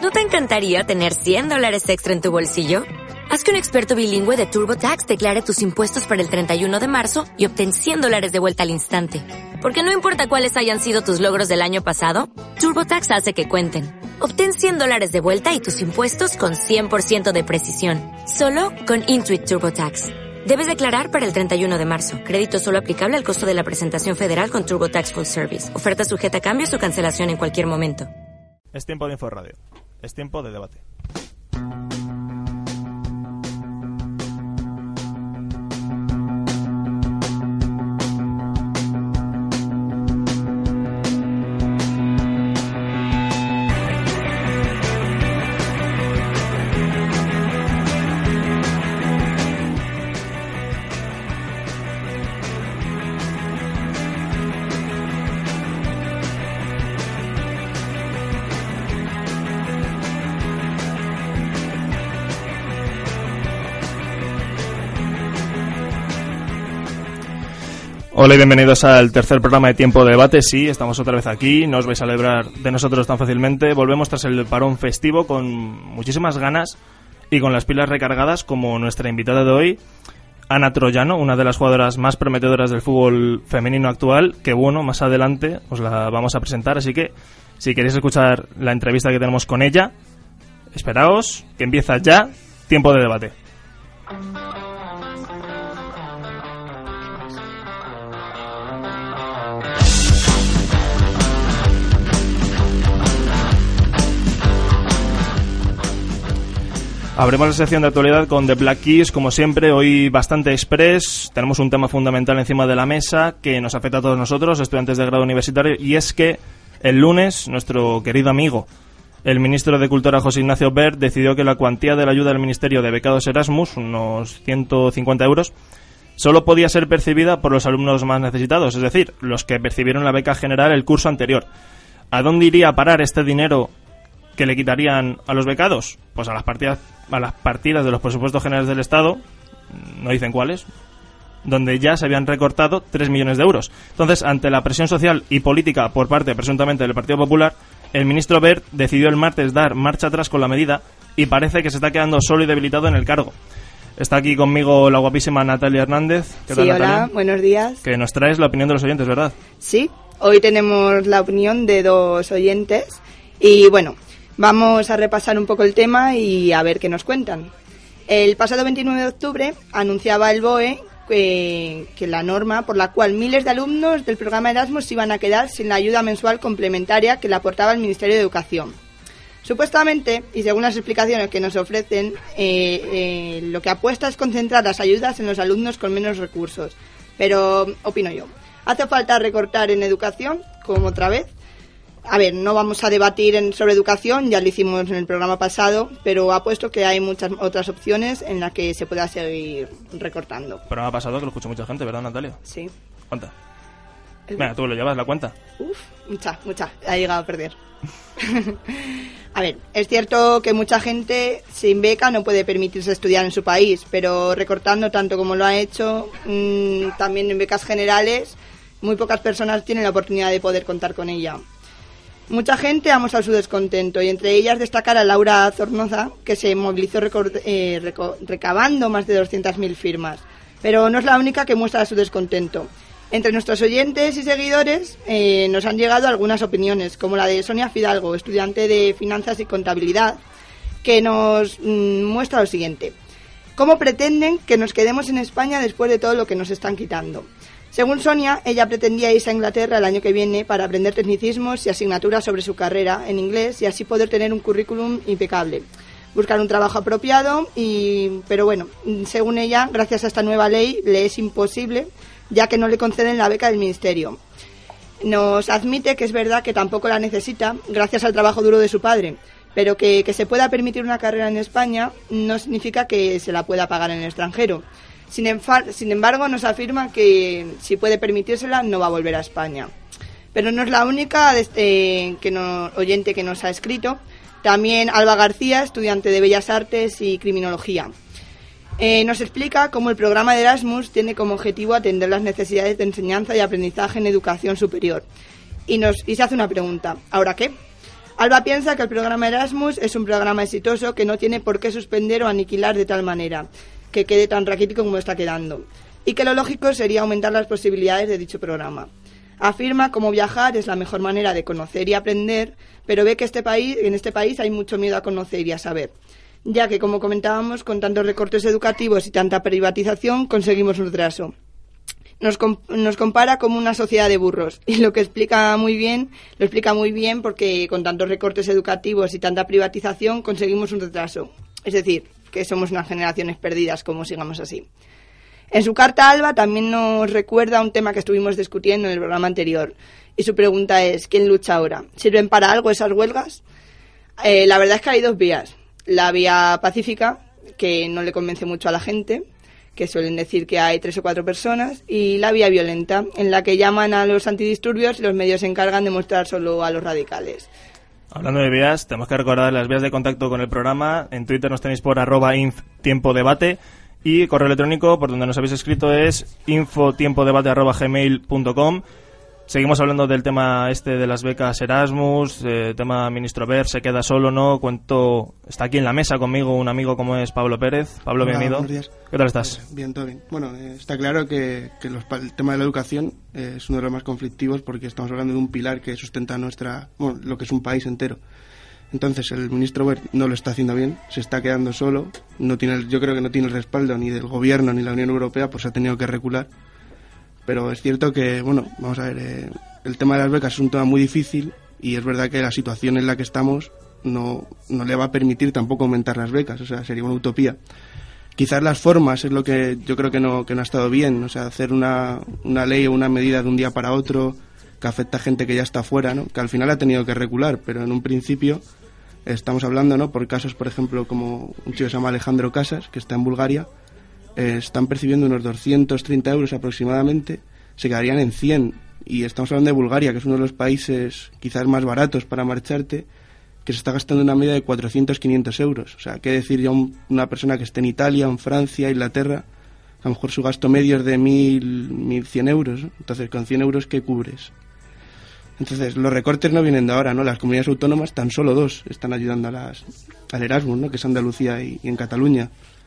¿No te encantaría tener $100 extra en tu bolsillo? Haz que un experto bilingüe de TurboTax declare tus impuestos para el 31 de marzo y obtén $100 de vuelta al instante. Porque no importa cuáles hayan sido tus logros del año pasado, TurboTax hace que cuenten. Obtén $100 de vuelta y tus impuestos con 100% de precisión. Solo con Intuit TurboTax. Debes declarar para el 31 de marzo. Crédito solo aplicable al costo de la presentación federal con TurboTax Full Service. Oferta sujeta a cambios o cancelación en cualquier momento. Es tiempo de InfoRadio. Es tiempo de debate. Hola y bienvenidos al tercer programa de Tiempo de Debate. Sí, estamos otra vez aquí, no os vais a librar de nosotros tan fácilmente. Volvemos tras el parón festivo con muchísimas ganas y con las pilas recargadas, como nuestra invitada de hoy, Ana Troyano, una de las jugadoras más prometedoras del fútbol femenino actual, que bueno, más adelante os la vamos a presentar, así que si queréis escuchar la entrevista que tenemos con ella, esperaos, que empieza ya Tiempo de Debate. Abrimos la sección de actualidad con The Black Keys, como siempre, hoy bastante express. Tenemos un tema fundamental encima de la mesa que nos afecta a todos nosotros, estudiantes de grado universitario, y es que el lunes nuestro querido amigo, el ministro de Cultura José Ignacio Wert, decidió que la cuantía de la ayuda del Ministerio de Becados Erasmus, unos 150 euros, solo podía ser percibida por los alumnos más necesitados, es decir, los que percibieron la beca general el curso anterior. ¿A dónde iría a parar este dinero que le quitarían a los becados? Pues a las partidas de los presupuestos generales del Estado, no dicen cuáles, donde ya se habían recortado 3 millones de euros. Entonces, ante la presión social y política por parte, presuntamente, del Partido Popular, el ministro Wert decidió el martes dar marcha atrás con la medida y parece que se está quedando solo y debilitado en el cargo. Está aquí conmigo la guapísima Natalia Hernández. ¿Qué tal, Natalia? Hola, buenos días. Que nos traes la opinión de los oyentes, ¿verdad? Sí, hoy tenemos la opinión de 2 oyentes y bueno, vamos a repasar un poco el tema y a ver qué nos cuentan. El pasado 29 de octubre anunciaba el BOE que la norma por la cual miles de alumnos del programa Erasmus iban a quedar sin la ayuda mensual complementaria que le aportaba el Ministerio de Educación. Supuestamente, y según las explicaciones que nos ofrecen, lo que apuesta es concentrar las ayudas en los alumnos con menos recursos. Pero, opino yo, ¿hace falta recortar en educación, como otra vez? A ver, no vamos a debatir sobre educación, ya lo hicimos en el programa pasado, pero apuesto que hay muchas otras opciones en las que se pueda seguir recortando. El programa pasado que lo escuchó mucha gente, ¿verdad, Natalia? Sí. ¿Cuánta? Venga, tú lo llevas, la cuenta. Mucha, ha llegado a perder. A ver, es cierto que mucha gente sin beca no puede permitirse estudiar en su país, pero recortando tanto como lo ha hecho, también en becas generales, muy pocas personas tienen la oportunidad de poder contar con ella. Mucha gente ha mostrado su descontento y entre ellas destacar a Laura Zornoza, que se movilizó recabando más de 200.000 firmas. Pero no es la única que muestra su descontento. Entre nuestros oyentes y seguidores nos han llegado algunas opiniones, como la de Sonia Fidalgo, estudiante de Finanzas y Contabilidad, que nos muestra lo siguiente. ¿Cómo pretenden que nos quedemos en España después de todo lo que nos están quitando? Según Sonia, ella pretendía irse a Inglaterra el año que viene para aprender tecnicismos y asignaturas sobre su carrera en inglés y así poder tener un currículum impecable. Buscar un trabajo apropiado, pero bueno, según ella, gracias a esta nueva ley, le es imposible, ya que no le conceden la beca del Ministerio. Nos admite que es verdad que tampoco la necesita, gracias al trabajo duro de su padre, pero que se pueda permitir una carrera en España no significa que se la pueda pagar en el extranjero. Sin embargo, nos afirma que si puede permitírsela no va a volver a España. Pero no es la única oyente que nos ha escrito. También Alba García, estudiante de Bellas Artes y Criminología. Nos explica cómo el programa de Erasmus tiene como objetivo atender las necesidades de enseñanza y aprendizaje en educación superior. Y se hace una pregunta. ¿Ahora qué? Alba piensa que el programa Erasmus es un programa exitoso que no tiene por qué suspender o aniquilar de tal manera que quede tan raquítico como está quedando, y que lo lógico sería aumentar las posibilidades de dicho programa. Afirma cómo viajar es la mejor manera de conocer y aprender, pero ve que en este país hay mucho miedo a conocer y a saber, ya que, como comentábamos, con tantos recortes educativos y tanta privatización conseguimos un retraso. Nos compara como una sociedad de burros, y lo explica muy bien porque con tantos recortes educativos y tanta privatización conseguimos un retraso. Es decir, que somos unas generaciones perdidas como sigamos así. En su carta, Alba también nos recuerda un tema que estuvimos discutiendo en el programa anterior, y su pregunta es, ¿quién lucha ahora? ¿Sirven para algo esas huelgas? La verdad es que hay dos vías. La vía pacífica, que no le convence mucho a la gente, que suelen decir que hay 3 o 4 personas, y la vía violenta, en la que llaman a los antidisturbios y los medios se encargan de mostrar solo a los radicales. Hablando de vías, tenemos que recordar las vías de contacto con el programa. En Twitter nos tenéis por @inftiempodebate y correo electrónico por donde nos habéis escrito es infotiempodebate@gmail.com. Seguimos hablando del tema de las becas Erasmus, tema ministro Wert, se queda solo, ¿no? Está aquí en la mesa conmigo un amigo como es Pablo Pérez. Pablo, Hola, bienvenido. Buenos días. ¿Qué tal estás? Bien, todo bien. Bueno, está claro que el tema de la educación es uno de los más conflictivos porque estamos hablando de un pilar que sustenta lo que es un país entero. Entonces el ministro Wert no lo está haciendo bien, se está quedando solo, yo creo que no tiene el respaldo ni del gobierno ni la Unión Europea, pues ha tenido que recular. Pero es cierto que, vamos a ver, el tema de las becas es un tema muy difícil y es verdad que la situación en la que estamos no le va a permitir tampoco aumentar las becas, o sea, sería una utopía. Quizás las formas es lo que yo creo que no ha estado bien, o sea, hacer una ley o una medida de un día para otro que afecta a gente que ya está fuera, ¿no? Que al final ha tenido que recular, pero en un principio estamos hablando, ¿no? Por casos, por ejemplo, como un chico que se llama Alejandro Casas, que está en Bulgaria, están percibiendo unos 230 euros aproximadamente, se quedarían en 100, y estamos hablando de Bulgaria, que es uno de los países quizás más baratos para marcharte, que se está gastando una media de 400-500 euros. O sea, qué decir ya una persona que esté en Italia, en Francia, Inglaterra, a lo mejor su gasto medio es de 1.100 euros, ¿no? Entonces con 100 euros, ¿qué cubres? Entonces, los recortes no vienen de ahora, ¿no? Las comunidades autónomas, tan solo 2 están ayudando al Erasmus, ¿no? Que es Andalucía y en Cataluña.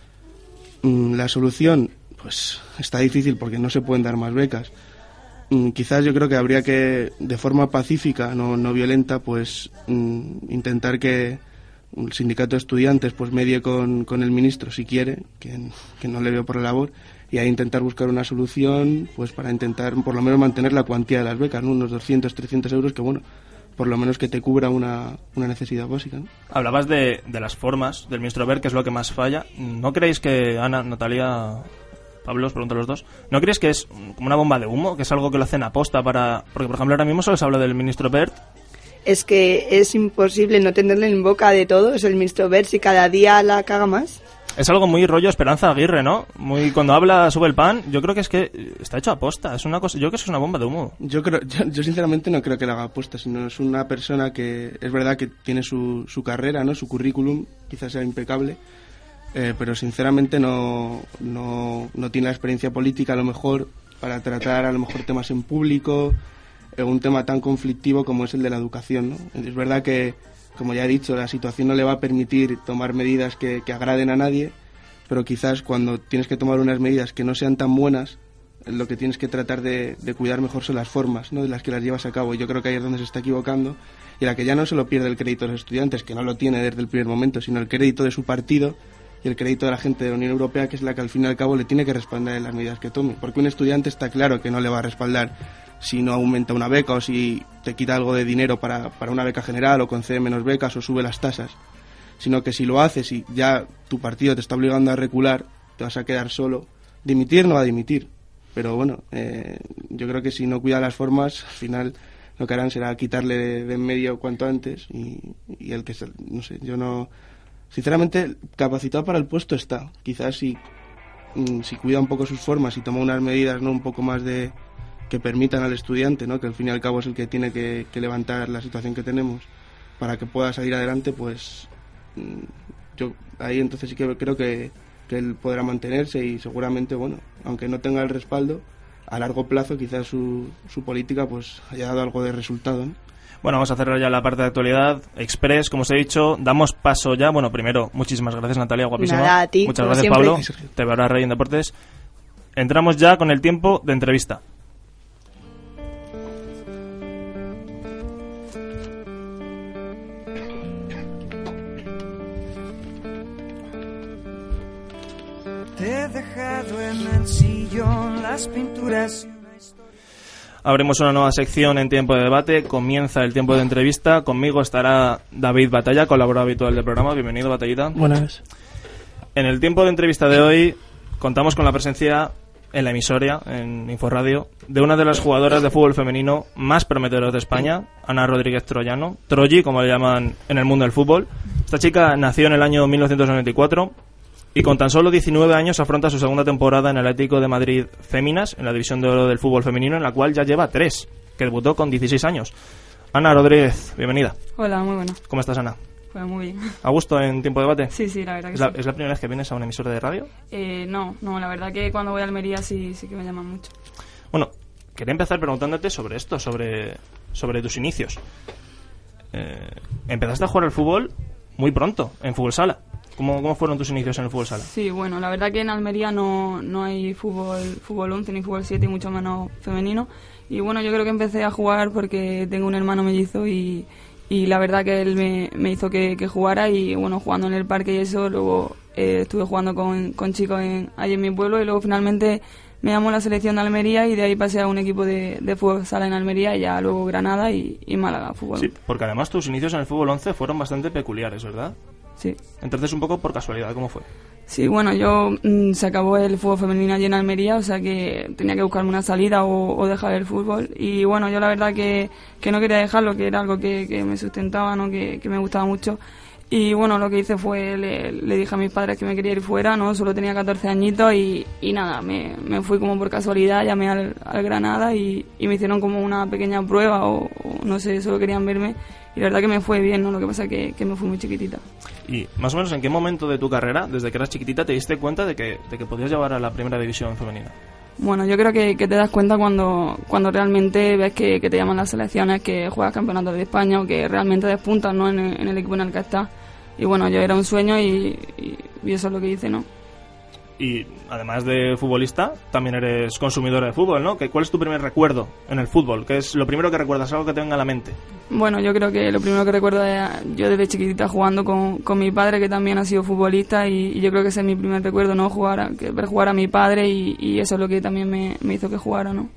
La solución, pues, está difícil porque no se pueden dar más becas. Quizás yo creo que habría que, de forma pacífica, no violenta, pues, intentar que el sindicato de estudiantes, pues, medie con el ministro, si quiere, que no le veo por la labor, y ahí intentar buscar una solución, pues, para intentar, por lo menos, mantener la cuantía de las becas, ¿no? Unos 200-300 euros, que, por lo menos que te cubra una necesidad básica, ¿no? Hablabas de las formas del ministro Wert, que es lo que más falla. ¿No creéis que, Ana, Natalia, Pablo, os pregunto a los dos, ¿no creéis que es como una bomba de humo, que es algo que lo hacen aposta para...? Porque, por ejemplo, ahora mismo solo se habla del ministro Wert. Es que es imposible no tenerle en boca de todos el ministro Wert si cada día la caga más. Es algo muy rollo Esperanza Aguirre, ¿no? Muy cuando habla, sube el pan. Yo creo que está hecho aposta. Es una cosa. Yo creo que es una bomba de humo. Yo sinceramente no creo que la haga aposta, sino es una persona que es verdad que tiene su carrera, ¿no? Su currículum quizás sea impecable, pero sinceramente no tiene la experiencia política a lo mejor para tratar a lo mejor temas en público, un tema tan conflictivo como es el de la educación, ¿no? Es verdad que, como ya he dicho, la situación no le va a permitir tomar medidas que agraden a nadie, pero quizás cuando tienes que tomar unas medidas que no sean tan buenas, lo que tienes que tratar de cuidar mejor son las formas, ¿no? De las que las llevas a cabo. Y yo creo que ahí es donde se está equivocando, y la que ya no solo pierde el crédito de los estudiantes, que no lo tiene desde el primer momento, sino el crédito de su partido y el crédito de la gente de la Unión Europea, que es la que al fin y al cabo le tiene que respaldar en las medidas que tome. Porque un estudiante está claro que no le va a respaldar si no aumenta una beca o si te quita algo de dinero para una beca general o concede menos becas o sube las tasas, sino que si lo haces y ya tu partido te está obligando a recular, te vas a quedar solo. Dimitir no va a dimitir, pero yo creo que si no cuida las formas, al final lo que harán será quitarle de en medio cuanto antes y el que, no sé, yo no... Sinceramente, capacitado para el puesto está. Quizás si cuida un poco sus formas y toma unas medidas, ¿no?, un poco más que permitan al estudiante, ¿no?, que al fin y al cabo es el que tiene que levantar la situación que tenemos para que pueda salir adelante, pues yo ahí entonces sí que creo que él podrá mantenerse y seguramente, aunque no tenga el respaldo, a largo plazo quizás su política pues haya dado algo de resultado, ¿no? Bueno, vamos a cerrar ya la parte de actualidad express, como os he dicho, damos paso ya. Bueno, primero, muchísimas gracias, Natalia, guapísima. Nada, a ti, muchas como gracias, siempre. Pablo. Te verás Rey en Deportes. Entramos ya con el tiempo de entrevista. Te he dejado en el sillón las pinturas. Abrimos una nueva sección en tiempo de debate. Comienza el tiempo de entrevista. Conmigo estará David Batalla, colaborador habitual del programa. Bienvenido, Batallita. Buenas. En el tiempo de entrevista de hoy contamos con la presencia en la emisora, en Inforradio, de una de las jugadoras de fútbol femenino más prometedoras de España, Ana Rodríguez Troyano, Troyi, como le llaman en el mundo del fútbol. Esta chica nació en el año 1994 y con tan solo 19 años afronta su segunda temporada en el Atlético de Madrid Féminas, en la División de Oro del fútbol femenino, en la cual ya lleva 3, que debutó con 16 años. Ana Rodríguez, bienvenida. Hola, muy buena. ¿Cómo estás, Ana? Pues muy bien. ¿A gusto en tiempo de debate? Sí, la verdad que ¿Es sí. ¿Es la primera vez que vienes a una emisora de radio? No, la verdad que cuando voy a Almería sí que me llaman mucho. Bueno, quería empezar preguntándote sobre esto, sobre tus inicios. Empezaste a jugar al fútbol muy pronto, en fútbol sala. ¿Cómo fueron tus inicios en el fútbol sala? Sí, bueno, la verdad que en Almería no hay fútbol 11 ni fútbol 7 y mucho menos femenino. Y bueno, yo creo que empecé a jugar porque tengo un hermano mellizo y la verdad que él me hizo que jugara y bueno, jugando en el parque y eso, luego estuve jugando con chicos allí en mi pueblo y luego finalmente me llamó la selección de Almería y de ahí pasé a un equipo de fútbol sala en Almería y ya luego Granada y Málaga fútbol. Sí, porque además tus inicios en el fútbol 11 fueron bastante peculiares, ¿verdad? Sí. Entonces un poco por casualidad, ¿cómo fue? Sí, bueno, se acabó el fútbol femenino allí en Almería, o sea que tenía que buscarme una salida o dejar el fútbol. Y bueno, yo la verdad que no quería dejarlo, que era algo que me sustentaba, ¿no? que me gustaba mucho. Y bueno, lo que hice fue, le dije a mis padres que me quería ir fuera, ¿no? Solo tenía 14 añitos y nada, me fui como por casualidad, llamé al Granada y me hicieron como una pequeña prueba o no sé, solo querían verme. Y la verdad que me fue bien, ¿no? Lo que pasa es que me fui muy chiquitita. Y más o menos, ¿en qué momento de tu carrera, desde que eras chiquitita, te diste cuenta de que podías llevar a la primera división femenina? Bueno, yo creo que te das cuenta cuando realmente ves que te llaman las selecciones, que juegas campeonatos de España o que realmente despuntas, ¿no? en el equipo en el que estás. Y bueno, yo era un sueño y eso es lo que hice, ¿no? Y además de futbolista, también eres consumidora de fútbol, ¿no? ¿Cuál es tu primer recuerdo en el fútbol? ¿Qué es lo primero que recuerdas? Algo que te venga a la mente. Bueno, yo creo que lo primero que recuerdo es yo desde chiquitita jugando con mi padre, que también ha sido futbolista, y yo creo que ese es mi primer recuerdo, ¿no? Ver jugar a mi padre y eso es lo que también me hizo que jugara, ¿no?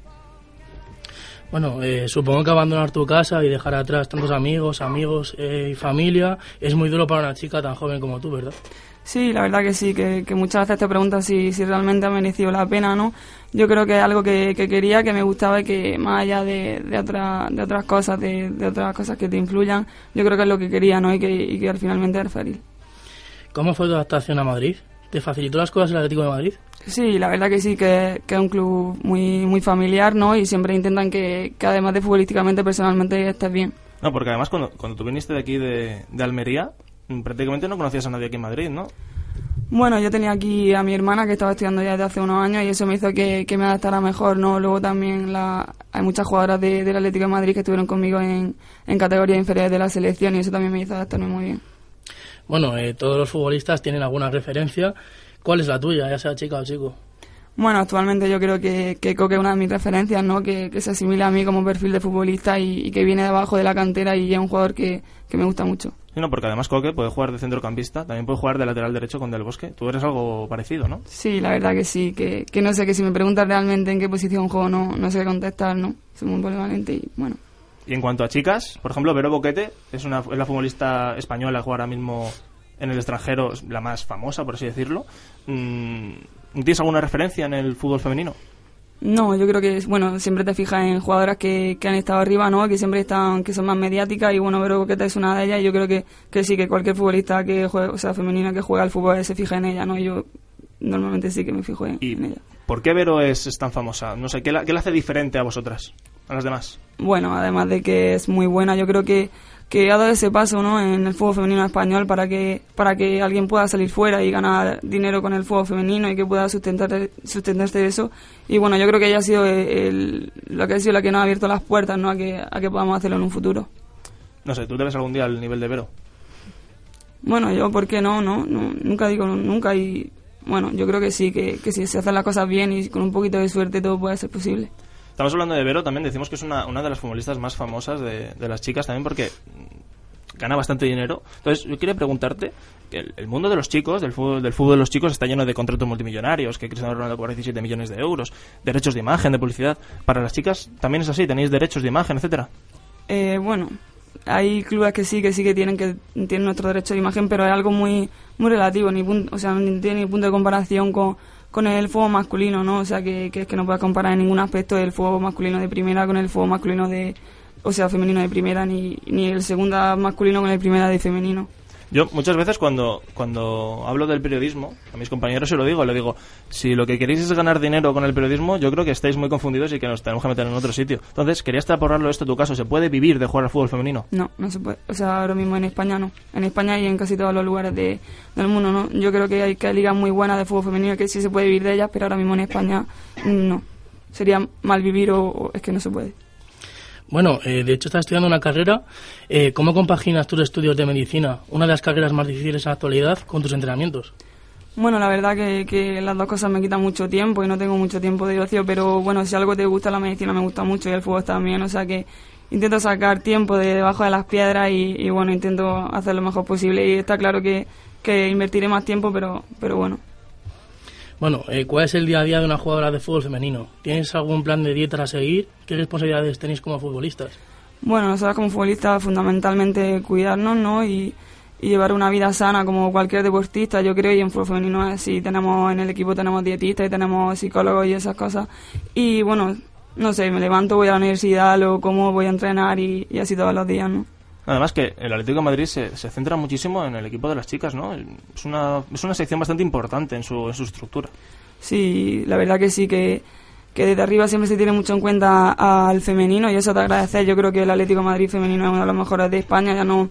Bueno, supongo que abandonar tu casa y dejar atrás tantos amigos y familia es muy duro para una chica tan joven como tú, ¿verdad? Sí, la verdad que sí, que muchas veces te preguntas si realmente ha merecido la pena, ¿no? Yo creo que es algo que quería, que me gustaba y que más allá de otras cosas, de otras cosas que te influyan, yo creo que es lo que quería, ¿no? Y que al finalmente era feliz. ¿Cómo fue tu adaptación a Madrid? ¿Te facilitó las cosas el Atlético de Madrid? Sí, la verdad que sí, que es un club muy familiar, ¿no? Y siempre intentan que además de futbolísticamente, personalmente estés bien. No, porque además cuando tú viniste de aquí de Almería, prácticamente no conocías a nadie aquí en Madrid, ¿no? Bueno, yo tenía aquí a mi hermana que estaba estudiando ya desde hace unos años y eso me hizo que me adaptara mejor, ¿no? Luego también hay muchas jugadoras del Atlético de Madrid que estuvieron conmigo en categorías inferiores de la selección y eso también me hizo adaptarme muy bien. Bueno, todos los futbolistas tienen alguna referencia. ¿Cuál es la tuya, ya sea chica o chico? Bueno, actualmente yo creo que Coque es una de mis referencias, ¿no? Que se asimila a mí como perfil de futbolista y que viene de abajo de la cantera y es un jugador que me gusta mucho. Sí, no, porque además Coque puede jugar de centrocampista, también puede jugar de lateral derecho con Del Bosque. Tú eres algo parecido, ¿no? Sí, la verdad que sí, que no sé, que si me preguntas realmente en qué posición juego no sé contestar, ¿no? Soy muy polivalente y bueno. Y en cuanto a chicas, por ejemplo, Vero Boquete es la futbolista española, juega ahora mismo en el extranjero, la más famosa, por así decirlo. ¿Tienes alguna referencia en el fútbol femenino? No, yo creo que, bueno, siempre te fijas en jugadoras que han estado arriba, ¿no? Que siempre que son más mediáticas y, bueno, Vero Boquete es una de ellas y yo creo que sí, que cualquier futbolista que juegue, o sea, femenina que juega al fútbol se fija en ella, ¿no? Yo normalmente sí que me fijo en ella. ¿Por qué Vero es tan famosa? No sé, ¿qué la hace diferente a vosotras, a las demás? Bueno, además de que es muy buena, yo creo que ha dado ese paso, ¿no? En el fútbol femenino español para que alguien pueda salir fuera y ganar dinero con el fútbol femenino y que pueda sustentarse de eso. Y bueno, yo creo que ella ha sido la que nos ha abierto las puertas, ¿no? A que podamos hacerlo en un futuro. No sé, ¿tú te ves algún día al nivel de Vero? Bueno, yo, ¿por qué no? Nunca digo nunca y, bueno, yo creo que sí, que si se hacen las cosas bien y con un poquito de suerte todo puede ser posible. Estamos hablando de Vero, también decimos que es una de las futbolistas más famosas de las chicas también porque gana bastante dinero. Entonces, yo quería preguntarte, que el mundo de los chicos, del fútbol de los chicos está lleno de contratos multimillonarios, que Cristiano Ronaldo cobra 17 millones de euros, derechos de imagen, de publicidad. Para las chicas también es así, tenéis derechos de imagen, etcétera. Bueno, hay clubes que sí que tienen nuestro derecho de imagen, pero es algo muy muy relativo, o sea, no tiene ni punto de comparación con el fútbol masculino, ¿no? O sea, que no puedes comparar en ningún aspecto el fútbol masculino de primera con el fútbol masculino femenino de primera, ni el segunda masculino con el primera de femenino. Yo muchas veces cuando hablo del periodismo, a mis compañeros se lo digo, le digo, si lo que queréis es ganar dinero con el periodismo, yo creo que estáis muy confundidos y que nos tenemos que meter en otro sitio. Entonces, quería extrapolarlo esto a tu caso, ¿se puede vivir de jugar al fútbol femenino? No se puede, o sea, ahora mismo en España no. En España y en casi todos los lugares del mundo, ¿no? Yo creo que hay ligas muy buenas de fútbol femenino que sí se puede vivir de ellas, pero ahora mismo en España no. Sería mal vivir o es que no se puede. Bueno, de hecho estás estudiando una carrera. ¿Cómo compaginas tus estudios de medicina, una de las carreras más difíciles en la actualidad, con tus entrenamientos? Bueno, la verdad que las dos cosas me quitan mucho tiempo y no tengo mucho tiempo de ocio, pero bueno, si algo te gusta la medicina me gusta mucho y el fútbol también, o sea que intento sacar tiempo de debajo de las piedras y bueno, intento hacer lo mejor posible y está claro que invertiré más tiempo, pero bueno. Bueno, ¿cuál es el día a día de una jugadora de fútbol femenino? ¿Tienes algún plan de dieta a seguir? ¿Qué responsabilidades tenéis como futbolistas? Bueno, nosotros como futbolistas fundamentalmente cuidarnos, ¿no? Y llevar una vida sana como cualquier deportista, yo creo, y en fútbol femenino así en el equipo tenemos dietistas y tenemos psicólogos y esas cosas. Y bueno, no sé, me levanto, voy a la universidad, luego como voy a entrenar y así todos los días, ¿no? Además que el Atlético de Madrid se centra muchísimo en el equipo de las chicas, ¿no? Es una sección bastante importante en su estructura. Sí, la verdad que sí, que desde arriba siempre se tiene mucho en cuenta al femenino y eso te agradecer. Yo creo que el Atlético de Madrid femenino es uno de los mejores de España, ya no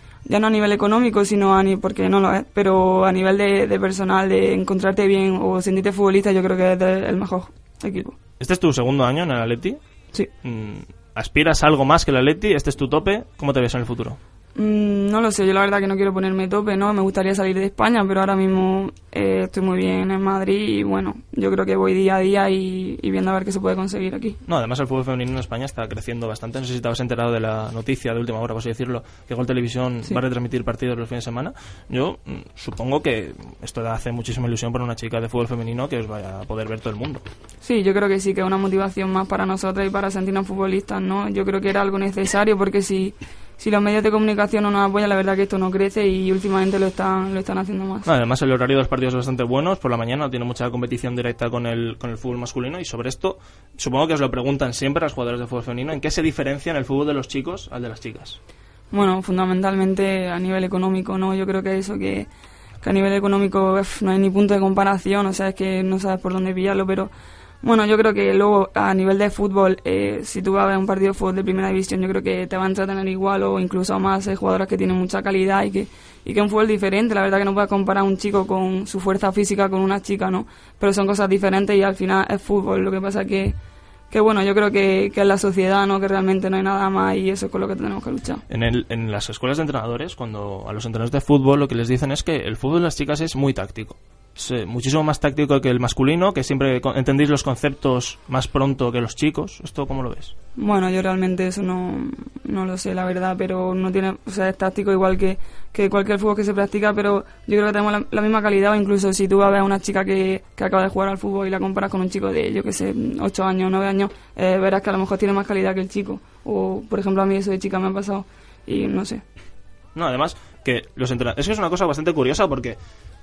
a nivel económico, sino porque no lo es, pero a nivel de personal, de encontrarte bien o sentirte futbolista, yo creo que es el mejor equipo. ¿Este es tu segundo año en el Atleti? Sí. ¿Aspiras a algo más que el Atleti? ¿Este es tu tope? ¿Cómo te ves en el futuro? No lo sé, yo la verdad que no quiero ponerme tope, ¿no? Me gustaría salir de España, pero ahora mismo estoy muy bien en Madrid y bueno, yo creo que voy día a día y viendo a ver qué se puede conseguir aquí. No, además el fútbol femenino en España está creciendo bastante. No sé si te habías enterado de la noticia de última hora, por así decirlo, que Gol Televisión va a retransmitir partidos los fines de semana. Yo supongo que esto hace muchísima ilusión para una chica de fútbol femenino que os vaya a poder ver todo el mundo. Sí, yo creo que sí, que es una motivación más para nosotras y para sentirnos futbolistas, ¿no? Yo creo que era algo necesario porque si los medios de comunicación no nos apoyan, la verdad que esto no crece y últimamente lo están haciendo más. Además, el horario de los partidos es bastante bueno, por la mañana no tiene mucha competición directa con el fútbol masculino y sobre esto supongo que os lo preguntan siempre a los jugadores de fútbol femenino, ¿en qué se diferencian el fútbol de los chicos al de las chicas? Bueno, fundamentalmente a nivel económico, ¿no? Yo creo que eso que a nivel económico no hay ni punto de comparación, o sea, es que no sabes por dónde pillarlo, pero bueno, yo creo que luego a nivel de fútbol, si tú vas a ver un partido de fútbol de primera división, yo creo que te va a entretener igual o incluso más. Hay jugadoras que tienen mucha calidad y que un fútbol diferente. La verdad que no puedes comparar a un chico con su fuerza física con una chica, ¿no? Pero son cosas diferentes y al final es fútbol. Lo que pasa que bueno, yo creo que es la sociedad, ¿no? Que realmente no hay nada más y eso es con lo que tenemos que luchar. En las escuelas de entrenadores, cuando a los entrenadores de fútbol lo que les dicen es que el fútbol de las chicas es muy táctico. Es muchísimo más táctico que el masculino, que siempre entendéis los conceptos más pronto que los chicos. ¿Esto cómo lo ves? Bueno, yo realmente eso no lo sé, la verdad, pero no tiene, o sea, es táctico igual que cualquier fútbol que se practica, pero yo creo que tenemos la misma calidad, o incluso si tú vas a ver a una chica que acaba de jugar al fútbol y la comparas con un chico de, yo que sé, 8 años, 9 años, verás que a lo mejor tiene más calidad que el chico. O, por ejemplo, a mí eso de chica me ha pasado y no sé. No, además, que los entrenadores... Es que es una cosa bastante curiosa porque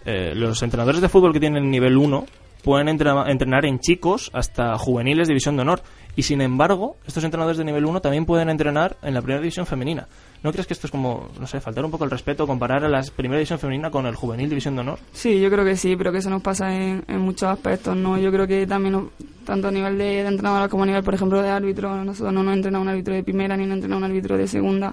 los entrenadores de fútbol que tienen nivel 1 pueden entrenar en chicos hasta juveniles de división de honor. Y sin embargo, estos entrenadores de nivel 1 también pueden entrenar en la primera división femenina. ¿No crees que esto es como, no sé, faltar un poco el respeto, comparar a la primera división femenina con el juvenil división de honor? Sí, yo creo que sí, pero que eso nos pasa en muchos aspectos, ¿no? Yo creo que también, tanto a nivel de entrenador como a nivel, por ejemplo, de árbitro, nosotros no nos entrena un árbitro de primera ni nos entrena un árbitro de segunda.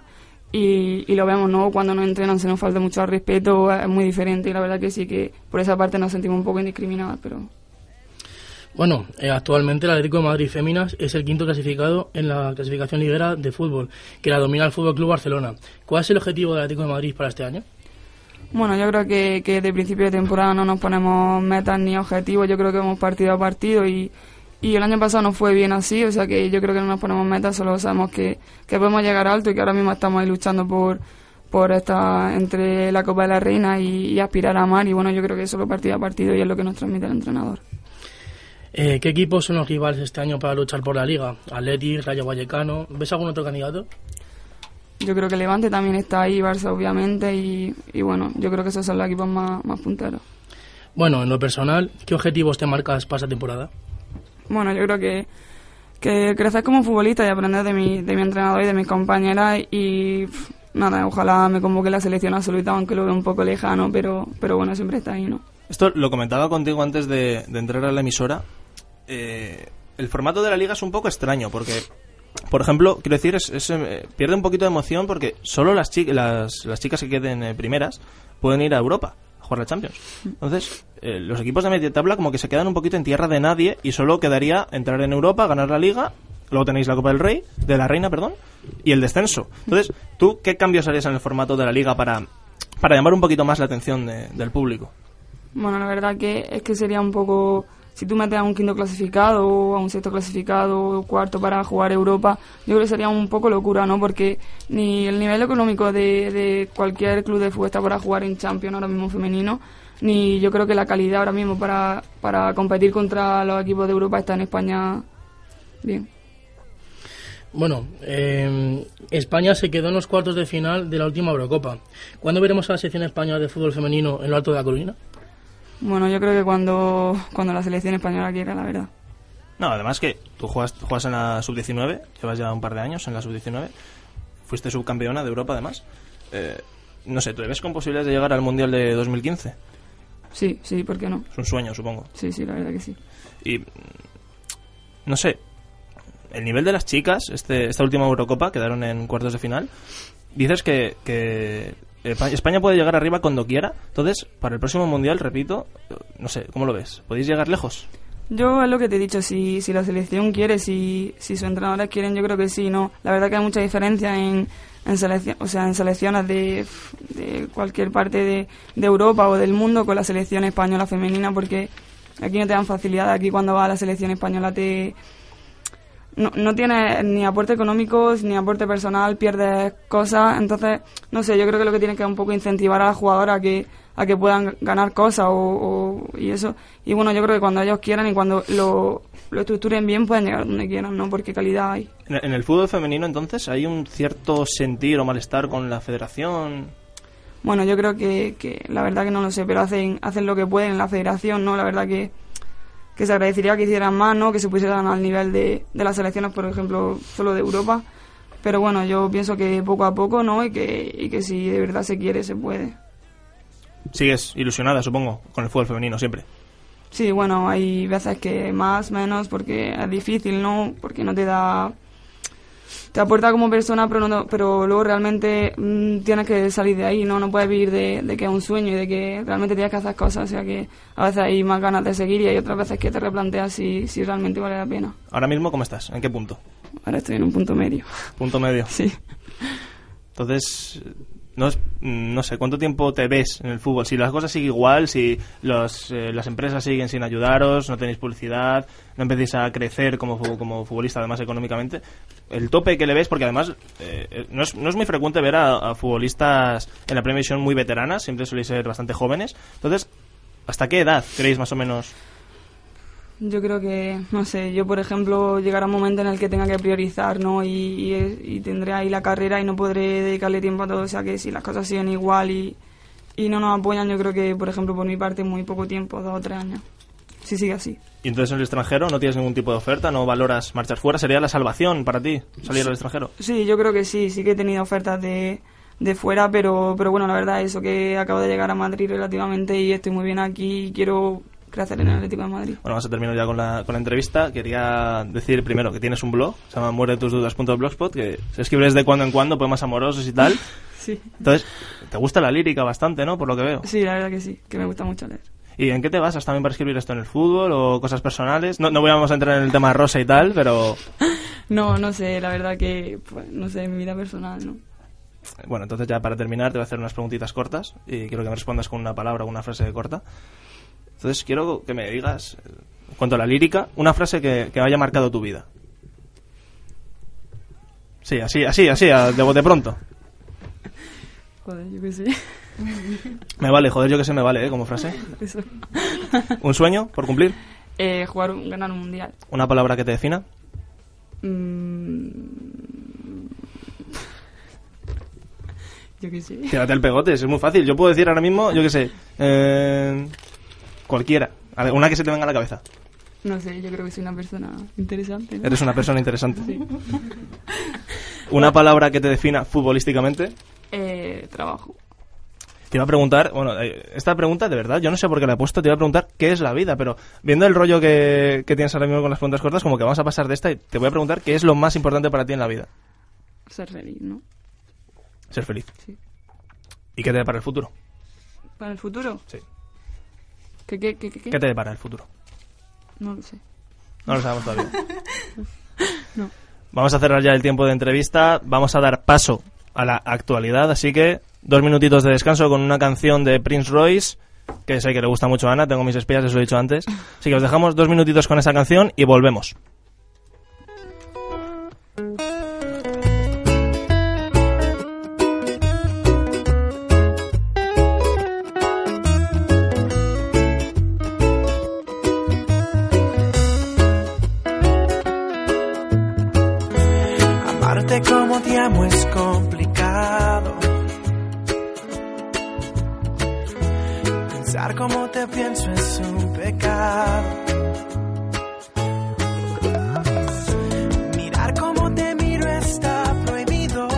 Y lo vemos, ¿no? Cuando nos entrenan se nos falta mucho al respeto, es muy diferente y la verdad que sí, que por esa parte nos sentimos un poco indiscriminadas, pero... Bueno, actualmente el Atlético de Madrid Féminas es el quinto clasificado en la clasificación liguera de fútbol, que la domina el Fútbol Club Barcelona. ¿Cuál es el objetivo del Atlético de Madrid para este año? Bueno, yo creo que de principio de temporada no nos ponemos metas ni objetivos, yo creo que vamos partido a partido y el año pasado no fue bien así, o sea que yo creo que no nos ponemos metas, solo sabemos que podemos llegar alto y que ahora mismo estamos ahí luchando por estar entre la Copa de la Reina y aspirar a más, y bueno, yo creo que eso es partido a partido y es lo que nos transmite el entrenador. ¿Qué equipos son los rivales este año para luchar por la Liga? Athletic, Rayo Vallecano, ¿ves algún otro candidato? Yo creo que Levante también está ahí, Barça obviamente, y bueno, yo creo que esos son los equipos más punteros. Bueno, en lo personal, ¿qué objetivos te marcas para esta temporada? Bueno, yo creo que crecer como futbolista y aprender de mi entrenador y de mis compañeras y nada, ojalá me convoque la selección absoluta, aunque lo veo un poco lejano, pero bueno, siempre está ahí, ¿no? Esto lo comentaba contigo antes de entrar a la emisora. El formato de la liga es un poco extraño porque, por ejemplo, quiero decir, pierde un poquito de emoción porque solo las chicas que queden primeras pueden ir a Europa a jugar la Champions. Entonces, los equipos de media tabla como que se quedan un poquito en tierra de nadie y solo quedaría entrar en Europa, ganar la liga, luego tenéis la Copa de la Reina, y el descenso. Entonces, ¿tú qué cambios harías en el formato de la liga para llamar un poquito más la atención del público? Bueno, la verdad que es que sería un poco... Si tú metes a un quinto clasificado o a un sexto clasificado o cuarto para jugar Europa, yo creo que sería un poco locura, ¿no? Porque ni el nivel económico de cualquier club de fútbol está para jugar en Champions ahora mismo femenino, ni yo creo que la calidad ahora mismo para competir contra los equipos de Europa está en España bien. Bueno, España se quedó en los cuartos de final de la última Eurocopa. ¿Cuándo veremos a la selección española de fútbol femenino en lo alto de la colina? Bueno, yo creo que cuando la selección española quiera, la verdad. No, además que tú juegas en la Sub-19, llevas ya un par de años en la Sub-19, fuiste subcampeona de Europa además. No sé, ¿tú ves con posibilidades de llegar al Mundial de 2015? Sí, ¿por qué no? Es un sueño, supongo. Sí, la verdad que sí. Y, no sé, el nivel de las chicas, esta última Eurocopa, quedaron en cuartos de final, dices que España puede llegar arriba cuando quiera. Entonces, para el próximo Mundial, repito, no sé, ¿cómo lo ves? ¿Podéis llegar lejos? Yo es lo que te he dicho, si la selección quiere, si sus entrenadores quieren, yo creo que sí, ¿no? La verdad que hay mucha diferencia en selecciones de cualquier parte de Europa o del mundo con la selección española femenina, porque aquí no te dan facilidad. Aquí cuando vas a la selección española no tienes ni aporte económico ni aporte personal, pierdes cosas. Entonces, no sé, yo creo que lo que tiene que un poco incentivar a las jugadoras a que puedan ganar cosas y eso. Y bueno, yo creo que cuando ellos quieran y cuando lo estructuren bien pueden llegar donde quieran, ¿no? Porque calidad hay. En el fútbol femenino, entonces, ¿hay un cierto sentir o malestar con la federación? Bueno, yo creo que la verdad que no lo sé, pero hacen lo que pueden en la federación, ¿no? La verdad que se agradecería que hicieran más, ¿no? Que se pusieran al nivel de las selecciones, por ejemplo, solo de Europa. Pero bueno, yo pienso que poco a poco, ¿no? Y que si de verdad se quiere, se puede. Sigues ilusionada, supongo, con el fútbol femenino siempre. Sí, bueno, hay veces que más, menos, porque es difícil, ¿no? Porque no te aporta como persona, pero luego realmente tienes que salir de ahí, ¿no? No puedes vivir de que es un sueño y de que realmente tienes que hacer cosas. O sea que a veces hay más ganas de seguir y hay otras veces que te replanteas si realmente vale la pena. ¿Ahora mismo cómo estás? ¿En qué punto? Ahora estoy en un punto medio. ¿Punto medio? Sí. Entonces, no sé, ¿cuánto tiempo te ves en el fútbol? Si las cosas siguen igual, si las empresas siguen sin ayudaros, no tenéis publicidad, no empecéis a crecer como futbolista, además económicamente, el tope que le ves, porque además no es muy frecuente ver a futbolistas en la Premier División muy veteranas, siempre suelen ser bastante jóvenes. Entonces, ¿hasta qué edad creéis más o menos? Yo creo que, no sé, yo por ejemplo llegará un momento en el que tenga que priorizar, ¿no? Y tendré ahí la carrera y no podré dedicarle tiempo a todo. O sea que si las cosas siguen igual y no nos apoyan, yo creo que, por ejemplo, por mi parte, muy poco tiempo, 2 o 3 años. Si sigue así. ¿Y entonces en el extranjero no tienes ningún tipo de oferta? ¿No valoras marchar fuera? ¿Sería la salvación para ti salir al extranjero? Sí, yo creo que sí que he tenido ofertas de fuera, pero bueno, la verdad es eso, que acabo de llegar a Madrid relativamente y estoy muy bien aquí y quiero crecer en el Atlético de Madrid. Bueno, vamos a terminar ya con la entrevista. Quería decir primero que tienes un blog, se llama muerdetusdudas.blogspot, que se escribes de cuando en cuando poemas amorosos y tal. Sí. Entonces, te gusta la lírica bastante, ¿no? Por lo que veo. Sí, la verdad que sí, que me gusta mucho leer. ¿Y en qué te basas también para escribir esto? ¿En el fútbol o cosas personales? No vamos a entrar en el tema rosa y tal, pero... No sé, la verdad que, pues, no sé, mi vida personal, ¿no? Bueno, entonces ya para terminar te voy a hacer unas preguntitas cortas y quiero que me respondas con una palabra o una frase corta. Entonces quiero que me digas, en cuanto a la lírica, una frase que haya marcado tu vida. Sí, así, de bote pronto. Joder, yo qué sé. Me vale, joder, yo que sé, me vale, como frase. Eso. ¿Un sueño por cumplir? Ganar un mundial. ¿Una palabra que te defina? Yo qué sé. Tírate el pegote, es muy fácil. Yo puedo decir ahora mismo, yo qué sé, cualquiera. A ver, una que se te venga a la cabeza. No sé, yo creo que soy una persona interesante, ¿no? Eres una persona interesante. Sí. ¿Una palabra que te defina futbolísticamente? Trabajo. Te iba a preguntar, bueno, esta pregunta de verdad, yo no sé por qué la he puesto, te iba a preguntar qué es la vida, pero viendo el rollo que tienes ahora mismo con las preguntas cortas, como que vamos a pasar de esta y te voy a preguntar qué es lo más importante para ti en la vida. Ser feliz, ¿no? Ser feliz. Sí. ¿Y qué te depara el futuro? ¿Para el futuro? Sí. ¿Qué? ¿Qué te depara el futuro? No lo sé. No lo sabemos todavía. No. Vamos a cerrar ya el tiempo de entrevista, vamos a dar paso a la actualidad, así que 2 minutitos de descanso con una canción de Prince Royce, que sé que le gusta mucho a Ana, tengo mis espías, eso lo he dicho antes. Así que os dejamos 2 minutitos con esa canción y volvemos. Amarte como te amo es complicado. Pensar como te pienso es un pecado. Mirar como te miro está prohibido.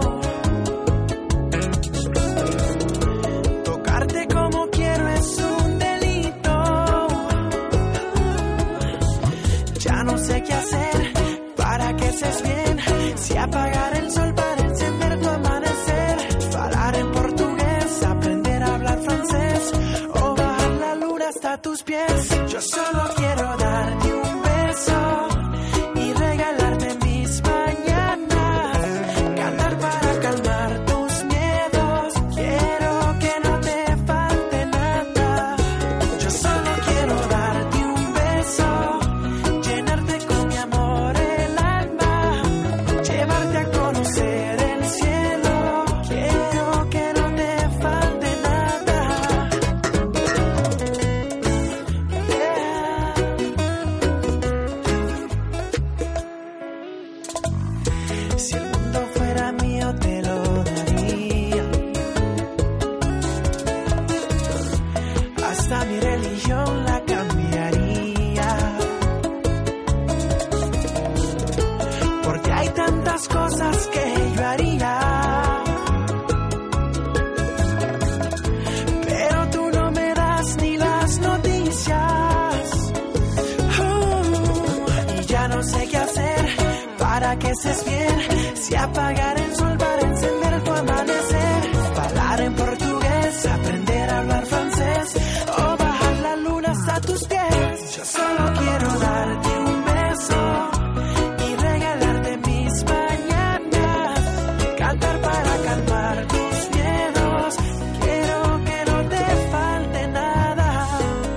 Tocarte como quiero es un delito. Ya no sé qué hacer para que seas bien. Si apagar el sol para encender tu amanecer, hablar en portugués, aprender a hablar francés, o bajar la luna hasta tus pies. Yo solo quiero darte un beso y regalarte mis mañanas, cantar para calmar tus miedos. Quiero que no te falte nada. Yo solo quiero darte un beso, llenarte con mi amor el alma, llevarte a conocer el cielo. Quiero que no te falte nada. Si el mundo fuera mío te lo daría. Hasta mi religión la cambiaría. Porque hay tantas cosas que yo haría, pero tú no me das ni las noticias. Y ya no sé qué hacer para que seas bien. Si apagar el sol para encender tu amanecer, hablar en portugués, aprender a hablar francés, o bajar la luna hasta tus pies. Yo solo quiero darte un beso y regalarte mis mañanas, cantar para calmar tus miedos. Quiero que no te falte nada.